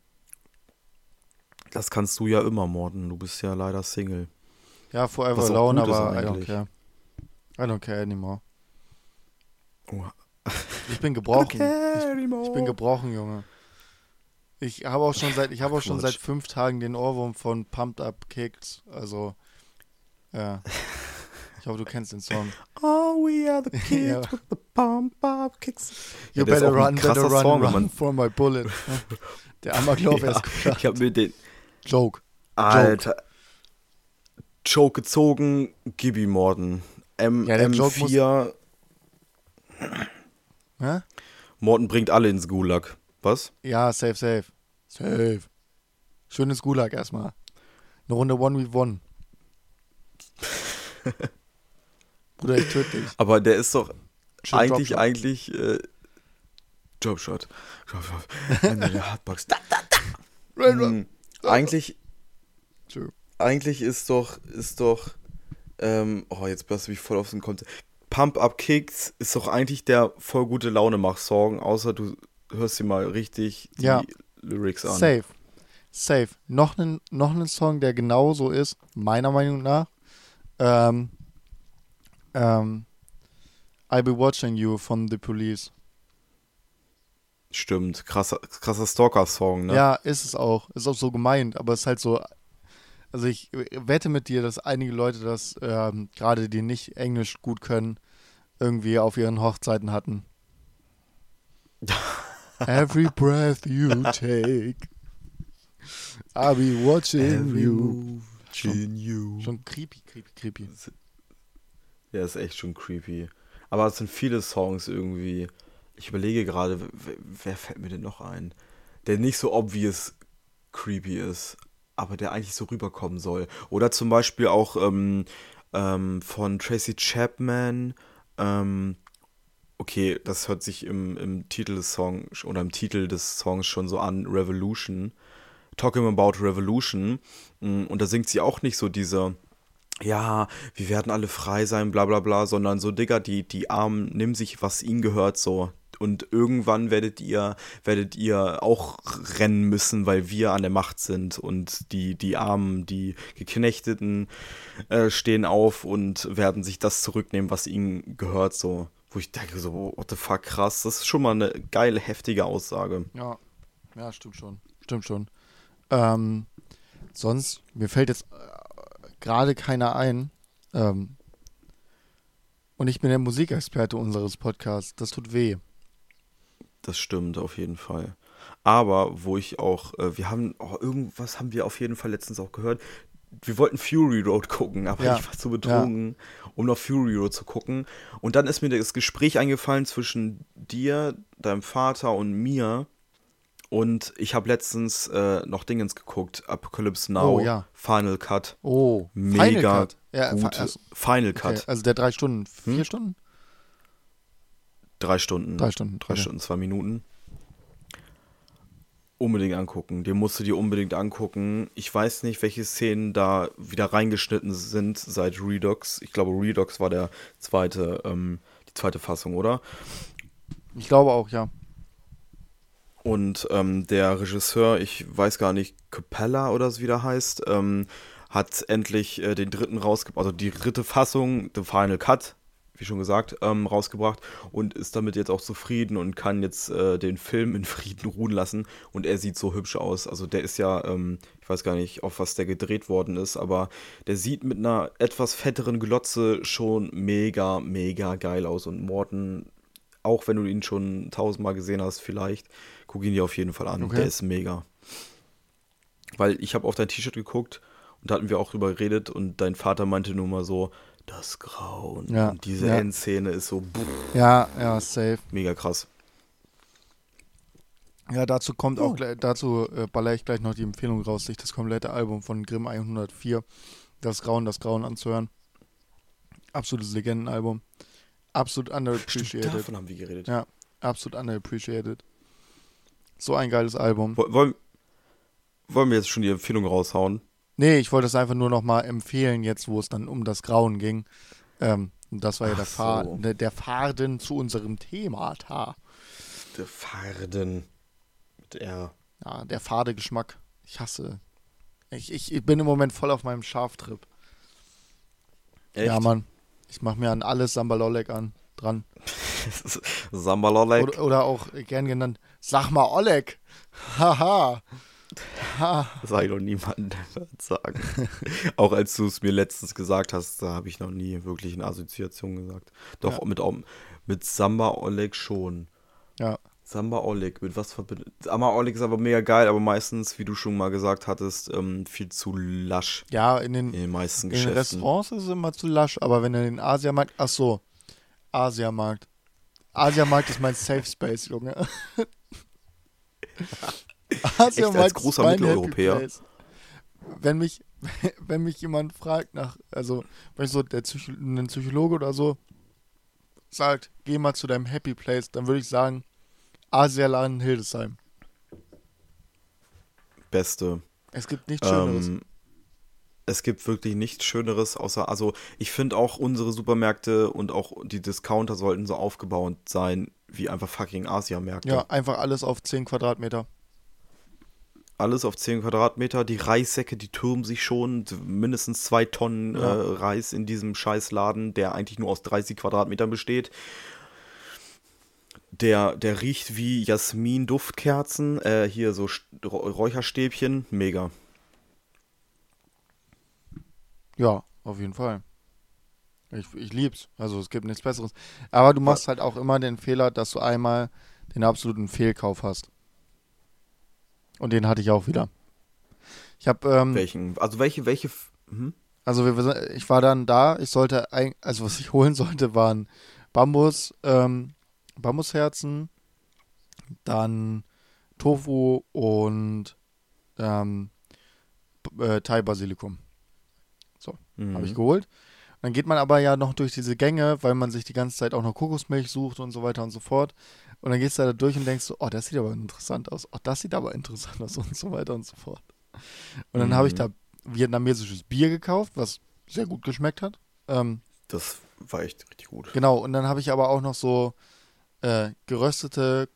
Das kannst du ja immer, Morten. Du bist ja leider Single. Ja, Forever Was auch Alone, gut ist aber I don't eigentlich. care. I don't care anymore. Oh. Ich bin gebrochen. care Ich anymore. bin gebrochen, Junge. Ich habe auch schon seit Quatsch. 5 Tagen den Ohrwurm von Pumped Up Kicks. Also, ja. Ich hoffe, du kennst den Song. Oh, we are the kids Ja. with the pump-up kicks. You der ist better auch ein run, better krasser run, Song, run Mann. for my bullet. Der Amoklauf Ja, ist gut. ich habe mir den Joke. Alter Joke gezogen, gib ihm Morten. Ja, der Joke M4. Hä? Morten bringt alle ins Gulag. Was? Ja, safe. Safe. Schönes Gulag erstmal. Eine Runde 1v1. Bruder, ich töte dich. Aber der ist doch Schön eigentlich Dropshot. Der Hardbox. Eigentlich True. Eigentlich ist doch, jetzt passt mich voll auf den Kontext. Pump Up Kicks ist doch eigentlich der voll gute Laune-Mach-Song, außer du hörst dir mal richtig die Ja. Lyrics an. Safe. Noch einen Song, der genauso ist, meiner Meinung nach. I'll Be Watching You von The Police. Stimmt, krasser Stalker-Song, ne? Ja, ist es auch. Ist auch so gemeint, aber es ist halt so. Also ich wette mit dir, dass einige Leute das, gerade die nicht Englisch gut können, irgendwie auf ihren Hochzeiten hatten. Every breath you take, I'll be watching you. Schon creepy. Ja, ist echt schon creepy. Aber es sind viele Songs irgendwie. Ich überlege gerade, wer fällt mir denn noch ein? Der nicht so obvious creepy ist, aber der eigentlich so rüberkommen soll. Oder zum Beispiel auch von Tracy Chapman. Okay, das hört sich im Titel des Songs oder im Titel des Songs schon so an, Revolution. Talking About Revolution. Und da singt sie auch nicht so diese, ja, wir werden alle frei sein, bla bla bla, sondern so, Digga, die Armen, nimm sich, was ihnen gehört, so. Und irgendwann werdet ihr auch rennen müssen, weil wir an der Macht sind. Und die Armen, die Geknechteten stehen auf und werden sich das zurücknehmen, was ihnen gehört, so. Wo ich denke so, what the fuck, krass. Das ist schon mal eine geile, heftige Aussage. Ja, stimmt schon. Sonst, mir fällt jetzt gerade keiner ein. Und ich bin der Musikexperte unseres Podcasts. Das tut weh. Das stimmt, auf jeden Fall. Aber wo ich auch, irgendwas haben wir auf jeden Fall letztens auch gehört. Wir wollten Fury Road gucken, aber Ja. ich war zu betrunken, um noch Fury Road zu gucken. Und dann ist mir das Gespräch eingefallen zwischen dir, deinem Vater und mir. Und ich habe letztens noch Dingens geguckt, Apocalypse Now, Oh, ja. Final Cut. Oh, Mega Final Cut. Ja, gut. Final okay. Cut. Also der 3 Stunden, 4 Stunden? 3 Stunden. 3 Stunden. 3 Stunden, 2 Minuten. Unbedingt angucken. Den musst du dir unbedingt angucken. Ich weiß nicht, welche Szenen da wieder reingeschnitten sind seit Redux. Ich glaube, Redux war die zweite Fassung, oder? Ich glaube auch, ja. Und der Regisseur, ich weiß gar nicht, Capella oder so wie der heißt, hat endlich den dritten rausgebracht, also die dritte Fassung, The Final Cut, wie schon gesagt, rausgebracht und ist damit jetzt auch zufrieden und kann jetzt den Film in Frieden ruhen lassen. Und er sieht so hübsch aus. Also der ist ja, ich weiß gar nicht, auf was der gedreht worden ist, aber der sieht mit einer etwas fetteren Glotze schon mega, mega geil aus. Und Morten, auch wenn du ihn schon 1000-mal gesehen hast, vielleicht, guck ihn dir auf jeden Fall an. Okay. Der ist mega. Weil ich habe auf dein T-Shirt geguckt und da hatten wir auch drüber geredet und dein Vater meinte nur mal so, das Grauen. Ja, Und diese ja. Endszene ist so Ja, safe. mega krass. Ja, dazu baller ich gleich noch die Empfehlung raus, sich das komplette Album von Grimm 104, Das Grauen anzuhören. Absolutes Legendenalbum. Absolut Stimmt, underappreciated. davon haben wir geredet. Ja, absolut underappreciated. So ein geiles Album. Wollen wir jetzt schon die Empfehlung raushauen? Nee, ich wollte es einfach nur nochmal empfehlen, jetzt wo es dann um das Grauen ging. Und das war ja Ach so. der Faden zu unserem Thema. Der Farden. Mit R. Ja, der fade Geschmack. Ich hasse. Ich bin im Moment voll auf meinem Schaftrip. Echt? Ja, Mann. Ich mache mir an alles Sambalolek dran. Sambalolek. Oder auch gern genannt, sag mal Oleg. Haha. Ha. Das habe ich noch niemandem sagen. Auch als du es mir letztens gesagt hast, da habe ich noch nie wirklich eine Assoziation gesagt. Doch, Ja. mit Samba Oleg schon. Ja. Samba Oleg, mit was verbindet. Samba Oleg ist aber mega geil, aber meistens, wie du schon mal gesagt hattest, viel zu lasch Ja, in den meisten in den Geschäften. Restaurants ist es immer zu lasch, aber wenn du den Asiamarkt. Ach so. Asiamarkt. Asiamarkt ist mein Safe Space, Junge. Asiamarkt als ist großer mein Mitteleuropäer? Happy Place. Wenn mich jemand fragt wenn ich so ein Psychologe oder so sagt, geh mal zu deinem Happy Place, dann würde ich sagen, Asialaden Hildesheim. Beste. Es gibt nichts Schöneres. Es gibt wirklich nichts Schöneres, also ich finde auch unsere Supermärkte und auch die Discounter sollten so aufgebaut sein, wie einfach fucking Asiamärkte. Ja, einfach alles auf 10 Quadratmeter. Alles auf 10 Quadratmeter, die Reissäcke, die türmen sich schon, mindestens 2 Tonnen Ja. Reis in diesem Scheißladen, der eigentlich nur aus 30 Quadratmetern besteht. Der riecht wie Jasmin-Duftkerzen, hier so Räucherstäbchen, mega. Ja, auf jeden Fall. Ich lieb's. Also es gibt nichts Besseres. Aber du machst halt auch immer den Fehler, dass du einmal den absoluten Fehlkauf hast. Und den hatte ich auch wieder. Ich habe, Welchen? Also welche? also ich war dann da, also was ich holen sollte, waren Bambusherzen, dann Tofu und Thai-Basilikum. Habe ich geholt. Dann geht man aber ja noch durch diese Gänge, weil man sich die ganze Zeit auch noch Kokosmilch sucht und so weiter und so fort. Und dann gehst du da durch und denkst so, oh, das sieht aber interessant aus. Oh, das sieht aber interessant aus und so weiter und so fort. Und dann habe ich da vietnamesisches Bier gekauft, was sehr gut geschmeckt hat. Das war echt richtig gut. Genau, und dann habe ich aber auch noch so gerösteten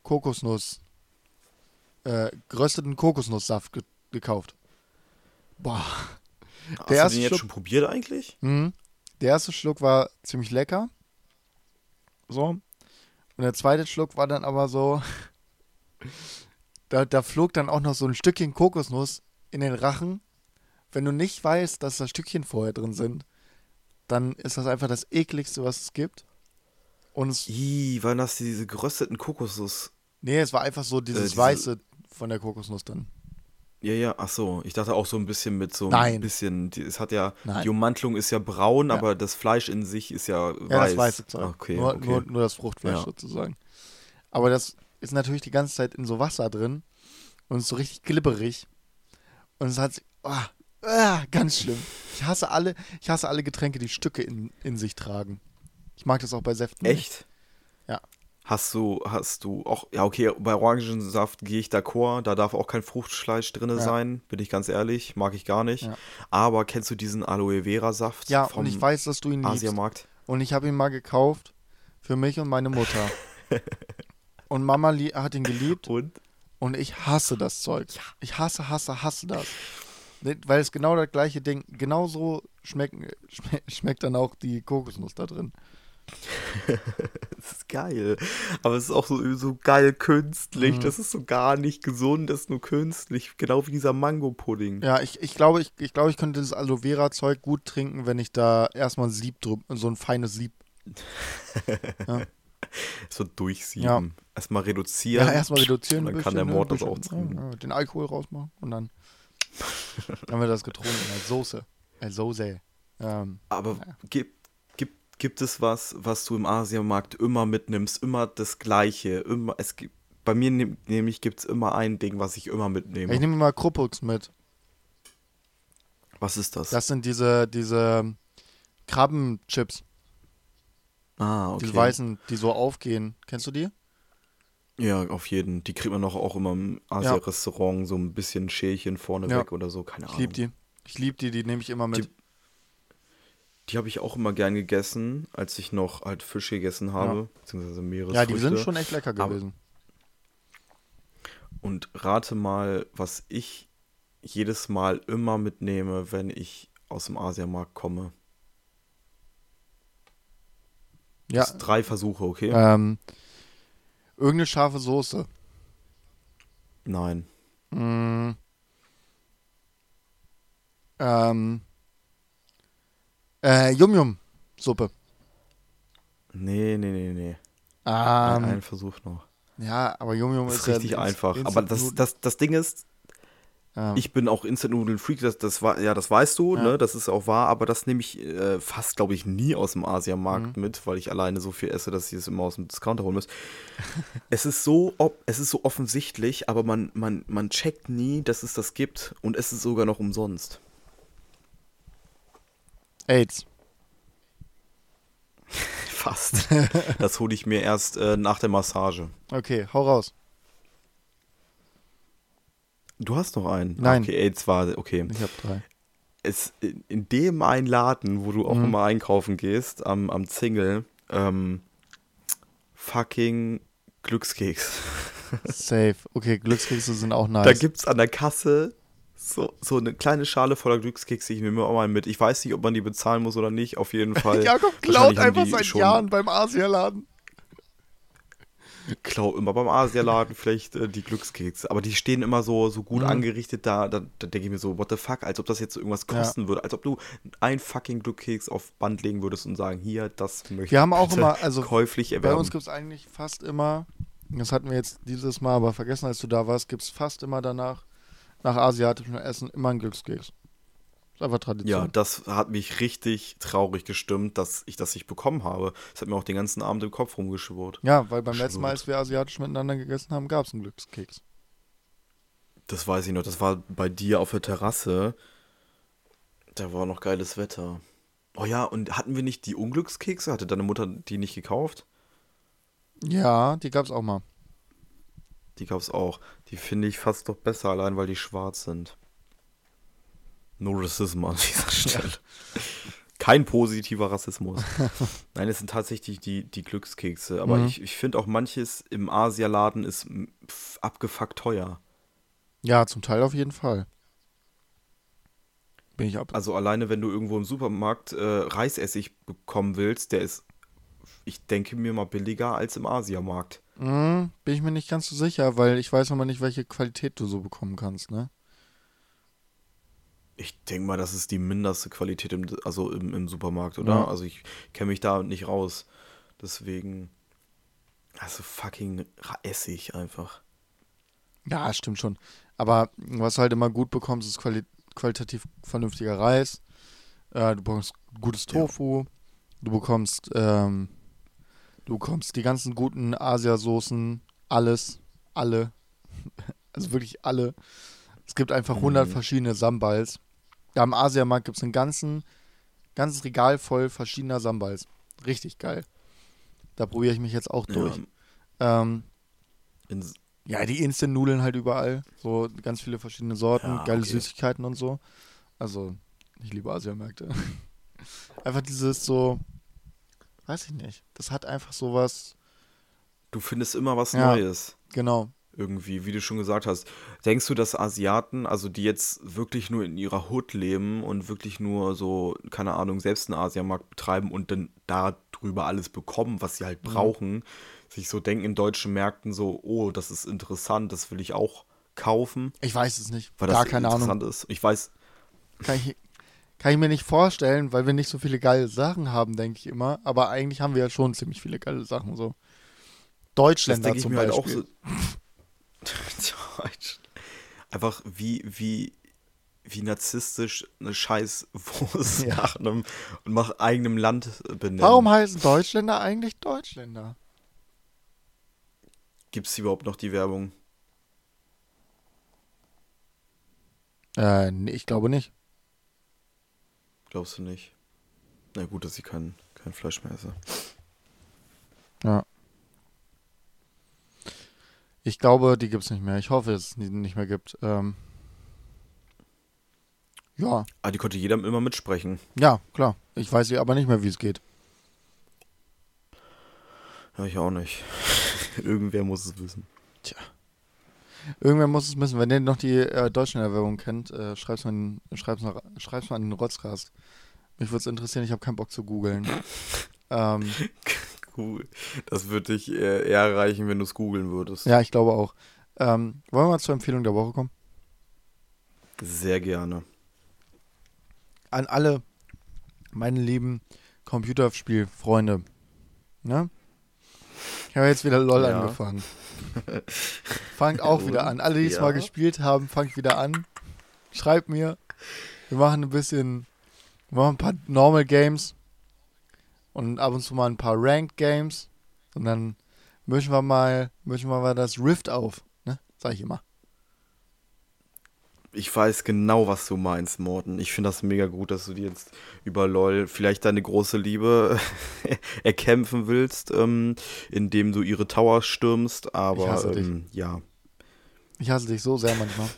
Kokosnusssaft gekauft. Boah. Hast du den jetzt schon probiert eigentlich? Der erste Schluck war ziemlich lecker. So. Und der zweite Schluck war dann aber so. Da flog dann auch noch so ein Stückchen Kokosnuss in den Rachen. Wenn du nicht weißt, dass da Stückchen vorher drin sind, dann ist das einfach das ekligste, was es gibt. Und waren das diese gerösteten Kokosnuss? Nee, es war einfach so dieses Weiße von der Kokosnuss dann. Ja, ach so. Ich dachte auch so ein bisschen mit so Nein. ein bisschen, es hat ja, Nein. die Ummantelung ist ja braun, Ja. aber das Fleisch in sich ist ja weiß. Ja, das weiße Zeug. Okay, Nur das Fruchtfleisch Ja. sozusagen. Aber das ist natürlich die ganze Zeit in so Wasser drin und ist so richtig glibberig. Und es hat sich, ganz schlimm. Ich hasse alle Getränke, die Stücke in sich tragen. Ich mag das auch bei Säften. Echt? Ja. Hast du auch, ja okay, bei Orangensaft gehe ich d'accord, da darf auch kein Fruchtfleisch drin sein, bin ich ganz ehrlich, mag ich gar nicht. Ja. Aber kennst du diesen Aloe Vera Saft Ja, vom und ich weiß, dass du ihn liebst. Asiamarkt? Und ich habe ihn mal gekauft für mich und meine Mutter. Und Mama hat ihn geliebt und ich hasse das Zeug. Ja. Ich hasse das. Weil es genau das gleiche Ding, genauso schmeckt dann auch die Kokosnuss da drin. Das ist geil. Aber es ist auch so geil künstlich. Das ist so gar nicht gesund, das ist nur künstlich. Genau wie dieser Mango-Pudding. Ja, ich glaube, ich könnte das Aloe Vera Zeug gut trinken, wenn ich da erstmal ein Sieb so ein feines Sieb. Ja. So durchsieben. Ja. Erstmal reduzieren. Ja, erstmal reduzieren. Und dann kann der Mord das auch trinken. Ja, den Alkohol rausmachen und dann haben wir das getrunken als Soße. Als Soße. Aber gibt es was du im Asiamarkt immer mitnimmst? Immer das Gleiche. Bei mir nämlich gibt es immer ein Ding, was ich immer mitnehme. Ich nehme mal Kruppuks mit. Was ist das? Das sind diese Krabbenchips, Ah, diese okay. weißen, die so aufgehen. Kennst du die? Ja, auf jeden. Die kriegt man doch auch immer im Ja, Asia-Restaurant so ein bisschen Schälchen ja. vorneweg oder so, keine Ich liebe Ahnung. die. Ich liebe die, die nehme ich immer Die, mit. die habe ich auch immer gern gegessen, als ich noch halt Fisch gegessen Ja. habe, beziehungsweise Ja, die sind Meeresfrüchte. schon echt lecker Aber, gewesen. und rate mal, was ich jedes Mal immer mitnehme, wenn ich aus dem Asiamarkt komme. Ja, Ist 3 Versuche, okay? ähm, irgendeine scharfe Soße. Nein. Mm, ähm, Yum-Yum-Suppe. Nee, nee, nee, nee. Ein Ähm, Versuch noch. ja, aber Yum-Yum ist Ist ja ein richtig einfach. Aber das, Instant-Nudel. das, das Ding ist, Ähm, ich bin auch Instant-Nudeln-Freak, ja, das weißt du, ja. ne, das ist auch wahr, aber das nehme ich fast, glaube ich, nie aus dem Mhm. Asiamarkt mit, weil ich alleine so viel esse, dass ich es immer aus dem Discounter holen muss. Es ist so offensichtlich, aber man checkt nie, dass es das gibt und es ist sogar noch umsonst. AIDS. Fast. Das hole ich mir erst nach der Massage. Okay, hau raus. Du hast noch einen. Ah, Nein, okay, AIDS war, okay. ich habe 3. In dem einen Laden, wo du auch Mhm. immer einkaufen gehst, am Zingel, fucking Glückskeks. Safe. Okay, Glückskekse sind auch Da nice. gibt's an der Kasse so eine kleine Schale voller Glückskekse, ich nehme mir auch mal mit. Ich weiß nicht, ob man die bezahlen muss oder nicht. Auf jeden Fall. Jakob klaut Wahrscheinlich haben einfach die seit schon Jahren beim Asialaden. klau immer beim Asialaden vielleicht die Glückskekse. Aber die stehen immer so gut Mhm. angerichtet da. Da denke ich mir so, what the fuck, als ob das jetzt irgendwas Ja. kosten würde. Als ob du ein fucking Glückskeks auf Band legen würdest und sagen, hier, das Wir möchte ich haben auch bitte immer, also käuflich bei uns erwerben. gibt es eigentlich fast immer, das hatten wir jetzt dieses Mal aber vergessen, als du da warst, gibt es fast immer danach, nach asiatischem Essen, immer einen Glückskeks. Ist einfach Ja, Tradition. das hat mich richtig traurig gestimmt, dass ich das nicht bekommen habe. Das hat mir auch den ganzen Abend im Kopf rumgeschwirrt. Ja, weil beim letzten Mal, als Geschwirrt. wir asiatisch miteinander gegessen haben, gab es einen Glückskeks. Das weiß ich noch. Das war bei dir auf der Terrasse. Da war noch geiles Wetter. Oh ja, und hatten wir nicht die Unglückskekse? Hatte deine Mutter die nicht gekauft? Ja, die gab es auch mal. Die gab's auch. Die finde ich fast doch besser, allein weil die schwarz sind. No Racism an dieser Ja. Stelle. Kein positiver Rassismus. Nein, es sind tatsächlich die Glückskekse. Aber Mhm. ich finde auch manches im Asialaden ist abgefuckt teuer. Ja, zum Teil auf jeden Fall. Bin ich ab. Also alleine, wenn du irgendwo im Supermarkt Reisessig bekommen willst, der ist, ich denke mir mal, billiger als im Asiamarkt. Bin ich mir nicht ganz so sicher, weil ich weiß immer nicht, welche Qualität du so bekommen kannst, ne? Ich denke mal, das ist die mindeste Qualität im Supermarkt, Ja. oder? Also ich kenne mich da nicht raus. Deswegen, also fucking Essig einfach. Ja, stimmt schon. Aber was du halt immer gut bekommst, ist qualitativ vernünftiger Reis. Du bekommst gutes Ja. Tofu. Du bekommst, du bekommst die ganzen guten Asiasoßen. Alles. Alle. Also wirklich alle. Es gibt einfach 100 Mhm. verschiedene Sambals. Da im Asiamarkt gibt es ein ganzes Regal voll verschiedener Sambals. Richtig geil. Da probiere ich mich jetzt auch Ja, durch. Ähm, in, ja, die Instant-Nudeln halt überall. So ganz viele verschiedene Sorten, ja, geile okay. Süßigkeiten und so. Also, ich liebe Asiamärkte. Einfach dieses so, weiß ich nicht. Das hat einfach sowas. Du findest immer was Ja, Neues. genau. Irgendwie, wie du schon gesagt hast. Denkst du, dass Asiaten, also die jetzt wirklich nur in ihrer Hut leben und wirklich nur so, keine Ahnung, selbst einen Asiamarkt betreiben und dann darüber alles bekommen, was sie halt Mhm. brauchen, sich so denken in deutschen Märkten so, oh, das ist interessant, das will ich auch kaufen, Ich weiß es nicht. weil das Gar keine Ahnung. interessant ist. Ich weiß, Kann ich, kann ich mir nicht vorstellen, weil wir nicht so viele geile Sachen haben, denke ich immer. Aber eigentlich haben wir ja schon ziemlich viele geile Sachen. So. das Deutschländer denke ich zum mir halt auch Beispiel. so. Einfach wie narzisstisch eine Scheißwurst Ja. nach eigenem Land Warum benennen. heißen Deutschländer eigentlich Deutschländer? Gibt es überhaupt noch die Werbung? Nee, ich glaube nicht. Glaubst du nicht? Na gut, dass ich kein Fleisch mehr esse. Ja. Ich glaube, die gibt's nicht mehr. Ich hoffe, dass es die nicht mehr gibt. Ja. Ah, die konnte jeder immer mitsprechen. Ja, klar. Ich weiß aber nicht mehr, wie es geht. Ja, ich auch nicht. Irgendwer muss es wissen. Tja. Irgendwer muss es wissen. Wenn ihr noch die Deutschland-Erwerbung kennt, schreib's mal in den Rotzcast. Mich würde es interessieren, ich habe keinen Bock zu googeln. Cool. Das würde dich eher erreichen, wenn du es googeln würdest. Ja, ich glaube auch. Wollen wir mal zur Empfehlung der Woche kommen? Sehr gerne. An alle meine lieben Computerspielfreunde. Ne? Ich habe jetzt wieder LOL angefangen. Fangt auch wieder an. Alle, die es mal gespielt haben, fangt wieder an. Schreibt mir. Wir machen ein paar Normal Games und ab und zu mal ein paar Ranked Games und dann mischen wir mal das Rift auf, ne? Sag ich immer. Ich weiß genau, was du meinst, Morten. Ich finde das mega gut, dass du dir jetzt über LOL vielleicht deine große Liebe erkämpfen willst, indem du ihre Tower stürmst, aber Ich hasse dich. ja. Ich hasse dich so sehr manchmal.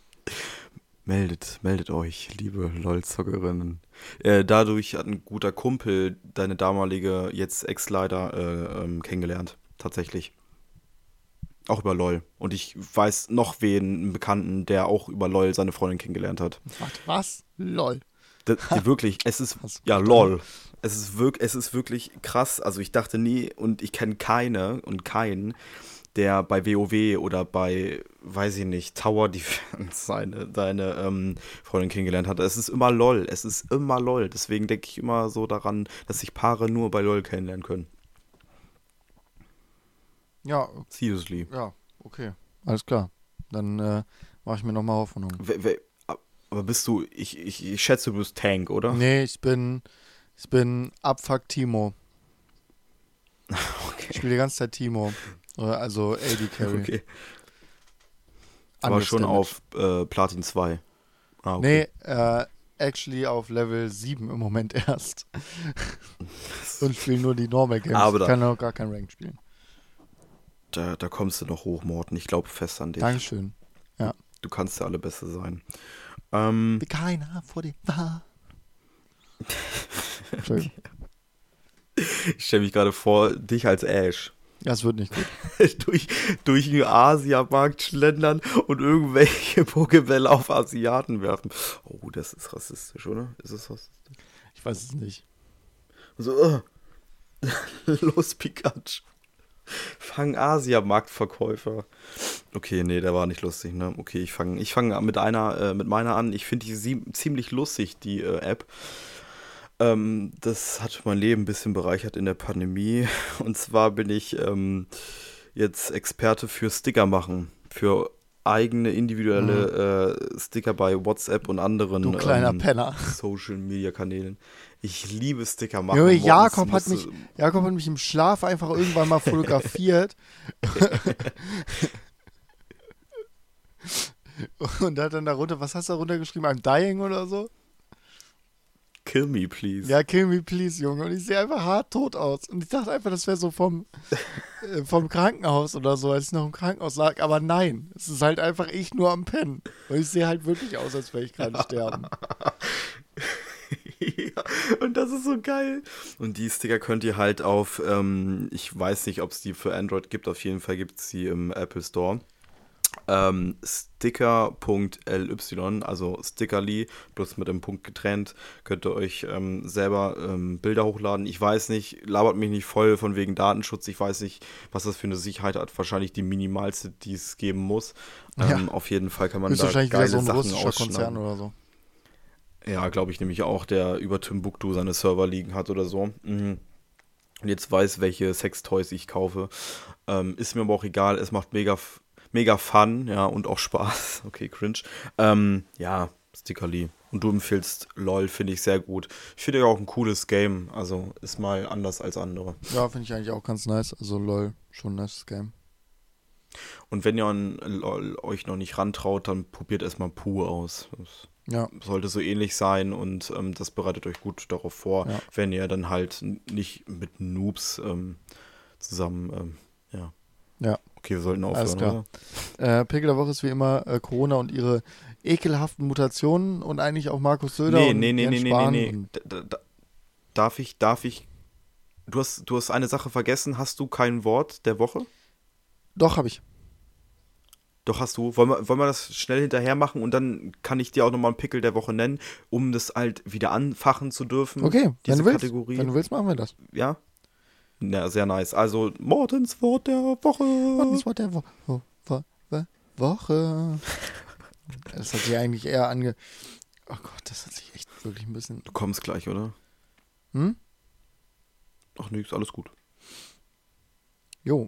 Meldet euch, liebe LOL-Zockerinnen. Dadurch hat ein guter Kumpel deine damalige, jetzt Ex leider, kennengelernt. Tatsächlich. Auch über LOL. Und ich weiß noch einen Bekannten, der auch über LOL seine Freundin kennengelernt hat. Was? LOL. Wirklich, es ist, ja, LOL. Es ist wirklich krass. Also ich dachte nie, und ich kenne keinen, der bei WoW oder bei, weiß ich nicht, Tower Defense seine Freundin kennengelernt hat. Es ist immer LOL. Deswegen denke ich immer so daran, dass sich Paare nur bei LOL kennenlernen können. Ja. Seriously. Ja, okay. Alles klar. Dann mache ich mir nochmal Hoffnung. Aber bist du, ich schätze, du bist Tank, oder? Nee, ich bin Abfuck Timo. Okay. Ich spiele die ganze Zeit Timo. Also AD Carry. Okay. Aber schon auf Platin 2. Ah, okay. Nee, actually auf Level 7 im Moment erst. Und spiele nur die Normal Games. Aber ich kann noch gar kein Rank spielen. Da kommst du noch hoch, Morten. Ich glaube fest an dich. Dankeschön. Ja. Du kannst der Allerbeste sein. Wie keiner vor dir war. Entschuldigung. Ich stelle mich gerade vor, dich als Ash. Ja, es wird nicht gut. durch den Asiamarkt schlendern und irgendwelche Pokébälle auf Asiaten werfen. Oh, das ist rassistisch, oder? Ist es rassistisch? Ich weiß es nicht. So, los, Pikachu. Fang Asiamarktverkäufer. Okay, nee, der war nicht lustig, ne? Okay, ich fang mit meiner an. Ich finde die ziemlich lustig, die App. Das hat mein Leben ein bisschen bereichert in der Pandemie. Und zwar bin ich jetzt Experte für Sticker machen. Für eigene individuelle Sticker bei WhatsApp und anderen Du kleiner Penner. Social-Media-Kanälen. Ich liebe Sticker machen. Junge, Jakob hat mich im Schlaf einfach irgendwann mal fotografiert. Und hat dann darunter, was hast du darunter geschrieben? I'm dying oder so? Kill me, please. Ja, kill me, please, Junge. Und ich sehe einfach hart tot aus. Und ich dachte einfach, das wäre so vom Krankenhaus oder so, als ich noch im Krankenhaus lag. Aber nein, es ist halt einfach ich nur am Pennen. Und ich sehe halt wirklich aus, als wäre ich gerade sterben. Ja, und das ist so geil. Und die Sticker könnt ihr halt auf, ich weiß nicht, ob es die für Android gibt, auf jeden Fall gibt es die im Apple Store. Sticker.ly, also Stickerly, bloß mit dem Punkt getrennt, könnt ihr euch selber Bilder hochladen. Ich weiß nicht, labert mich nicht voll von wegen Datenschutz, ich weiß nicht, was das für eine Sicherheit hat, wahrscheinlich die minimalste, die es geben muss. Auf jeden Fall kann man da wahrscheinlich geile wieder so ein Sachen russischer ausschneiden. Konzern oder so. Ja, glaube ich nämlich auch, der über Timbuktu seine Server liegen hat oder so. Und jetzt weiß, welche Sextoys ich kaufe. Ist mir aber auch egal, es macht mega Fun, ja, und auch Spaß. Okay, cringe. Ja, Stickerly. Und du empfiehlst LOL, finde ich sehr gut. Ich finde ja auch ein cooles Game, also ist mal anders als andere. Ja, finde ich eigentlich auch ganz nice. Also LOL, schon ein nice Game. Und wenn ihr an LOL euch noch nicht rantraut, dann probiert erstmal Puh aus. Das Ja, sollte so ähnlich sein und das bereitet euch gut darauf vor, ja, wenn ihr dann halt nicht mit Noobs zusammen, ja. ja, Okay, wir sollten alles aufhören, klar. oder? Pickel der Woche ist wie immer Corona und ihre ekelhaften Mutationen und eigentlich auch Markus Söder Nee, nee, und nee, Jens nee, nee, nee, Spahn. nee. Und Darf ich, du hast eine Sache vergessen, hast du kein Wort der Woche? doch, habe ich. Doch hast du. Wollen wir das schnell hinterher machen und dann kann ich dir auch nochmal einen Pickel der Woche nennen, um das halt wieder anfachen zu dürfen, Okay, wenn diese du willst. Wenn Kategorie. du willst, machen wir das. Ja? Ja, sehr nice. Also, Mortens Wort der Und Woche. das war der Woche. Das hat sich eigentlich eher Oh Gott, das hat sich echt wirklich ein bisschen. Du kommst gleich, oder? Hm? Ach nix, alles gut. Jo,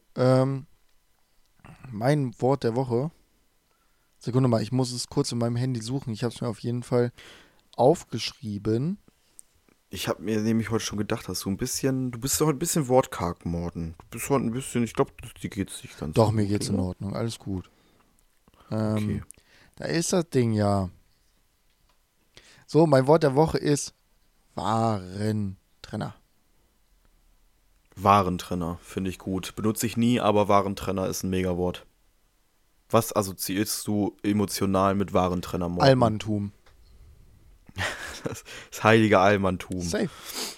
mein Wort der Woche. Sekunde mal, ich muss es kurz in meinem Handy suchen. Ich habe es mir auf jeden Fall aufgeschrieben. Ich habe mir nämlich heute schon gedacht, dass du bist heute ein bisschen wortkarg, Morten. Du bist heute ein bisschen, ich glaube, dir geht's nicht ganz Doch, so mir gut, geht's in oder? Ordnung, alles gut. Okay. Da ist das Ding ja. So, mein Wort der Woche ist Warentrenner. Warentrenner, finde ich gut. Benutze ich nie, aber Warentrenner ist ein Megawort. Was assoziierst du emotional mit Warentrenner, Morten? Allmanntum. Das heilige Allmanntum. Safe.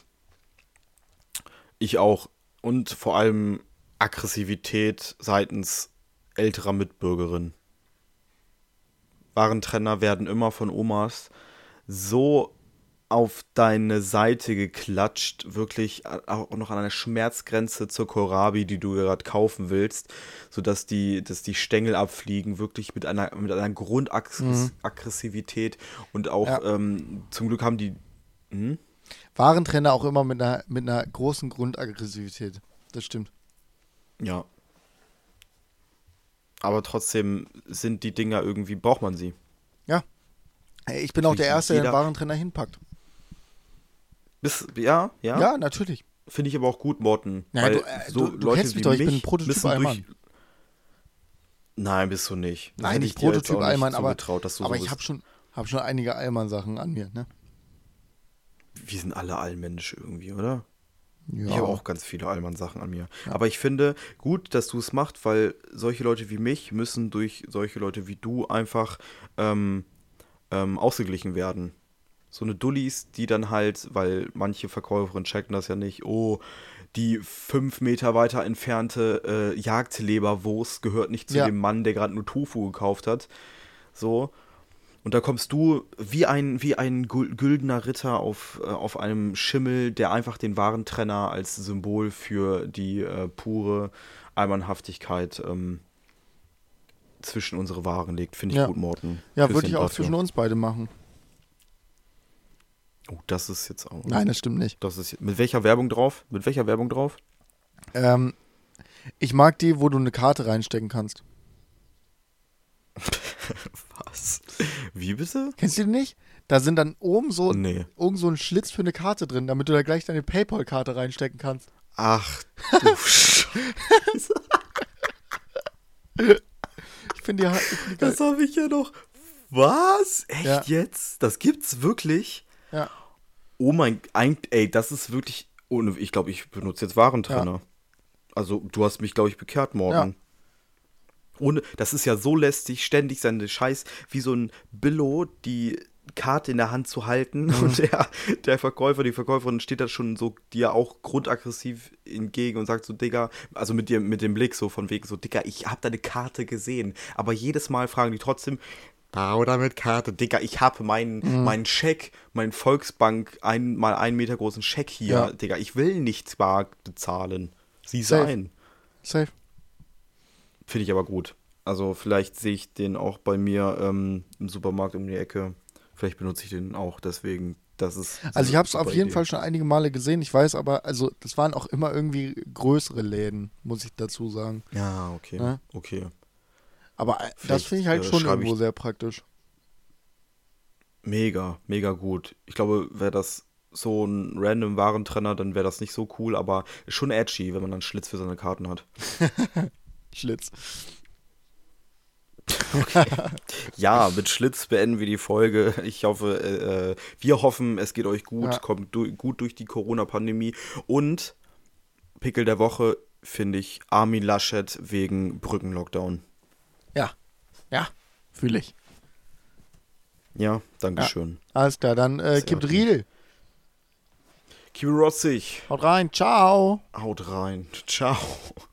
Ich auch. Und vor allem Aggressivität seitens älterer Mitbürgerinnen. Warentrenner werden immer von Omas so auf deine Seite geklatscht, wirklich auch noch an einer Schmerzgrenze zur Kohlrabi, die du gerade kaufen willst, sodass dass die Stängel abfliegen, wirklich mit einer Grundaggressivität und auch Ja. zum Glück haben die. Hm? Warentrenner auch immer mit einer großen Grundaggressivität. Das stimmt. Ja. Aber trotzdem sind die Dinger irgendwie, braucht man sie. Ja. Hey, ich bin auch der Erste, der den Jeder. Warentrenner hinpackt. Ja, ja. Ja, natürlich. Finde ich aber auch gut, Morten. Ja, Weil du Leute kennst mich wie doch, ich bin mich ein Prototyp müssen Allmann. Nein, bist du nicht. Das Nein, hätte nicht ich dir jetzt Prototyp auch nicht Allmann, zugetraut, dass du aber so ich bist. hab schon einige Allmann-Sachen an mir, ne? Wir sind alle Allmensch irgendwie, oder? Ja. Ich habe auch ganz viele Allmann-Sachen an mir. Ja. Aber ich finde gut, dass du es machst, weil solche Leute wie mich müssen durch solche Leute wie du einfach ausgeglichen werden. So eine Dullis, die dann halt, weil manche Verkäuferinnen checken das ja nicht, oh, die 5 Meter weiter entfernte Jagdleberwurst gehört nicht zu Ja. dem Mann, der gerade nur Tofu gekauft hat. So. Und da kommst du wie ein güldener Ritter auf einem Schimmel, der einfach den Warentrenner als Symbol für die pure Allmannhaftigkeit zwischen unsere Waren legt. Finde ich Ja. gut, Morten. Ja, würde Küsschen ich auch dafür. zwischen uns beide machen. Oh, das ist jetzt auch. Nein, das stimmt nicht. Das ist, mit welcher Werbung drauf? Mit welcher Werbung drauf? Ich mag die, wo du eine Karte reinstecken kannst. Was? Wie bitte? Kennst du die nicht? Da sind dann oben so, Nee. irgend so ein Schlitz für eine Karte drin, damit du da gleich deine PayPal-Karte reinstecken kannst. Ach, du Scheiße. Ich finde die geil. Das habe ich ja noch. Was? Echt Ja. jetzt? Das gibt's wirklich? Ja. Oh mein, ey, das ist wirklich, ich glaube, ich benutze jetzt Warentrenner. Also, du hast mich, glaube ich, bekehrt, Morgen. Das ist ja so lästig, ständig seine Scheiß, wie so ein Billo, die Karte in der Hand zu halten und der Verkäufer, die Verkäuferin steht da schon so dir auch grundaggressiv entgegen und sagt so, Digga, also mit dem Blick so von wegen so, Digga, ich hab deine Karte gesehen, aber jedes Mal fragen die trotzdem, bar oder mit Karte, Digga, ich hab meinen Scheck, meinen Volksbank, mal 1 Meter großen Scheck hier, Ja. Digga, ich will nicht bar bezahlen. Sieh's Safe. ein. Safe. Finde ich aber gut. Also vielleicht sehe ich den auch bei mir im Supermarkt um die Ecke. Vielleicht benutze ich den auch, deswegen, das ist... Also ich habe es eine auf super jeden Idee. Fall schon einige Male gesehen. Ich weiß aber, also das waren auch immer irgendwie größere Läden, muss ich dazu sagen. Ja, okay, Ja. okay. Aber das Vielleicht, finde ich halt schon schreibe irgendwo ich- sehr praktisch. Mega, mega gut. Ich glaube, wäre das so ein random Warentrenner, dann wäre das nicht so cool, aber ist schon edgy, wenn man dann Schlitz für seine Karten hat. Schlitz. Ja, mit Schlitz beenden wir die Folge. Ich hoffe, wir hoffen, es geht euch gut, Ja. kommt gut durch die Corona-Pandemie. Und Pickel der Woche finde ich Armin Laschet wegen Brückenlockdown. Ja, fühle ich. Ja, Dankeschön. Alles klar, dann kippt gut. Riedel. Kirossig, Haut rein, ciao. haut rein. Ciao.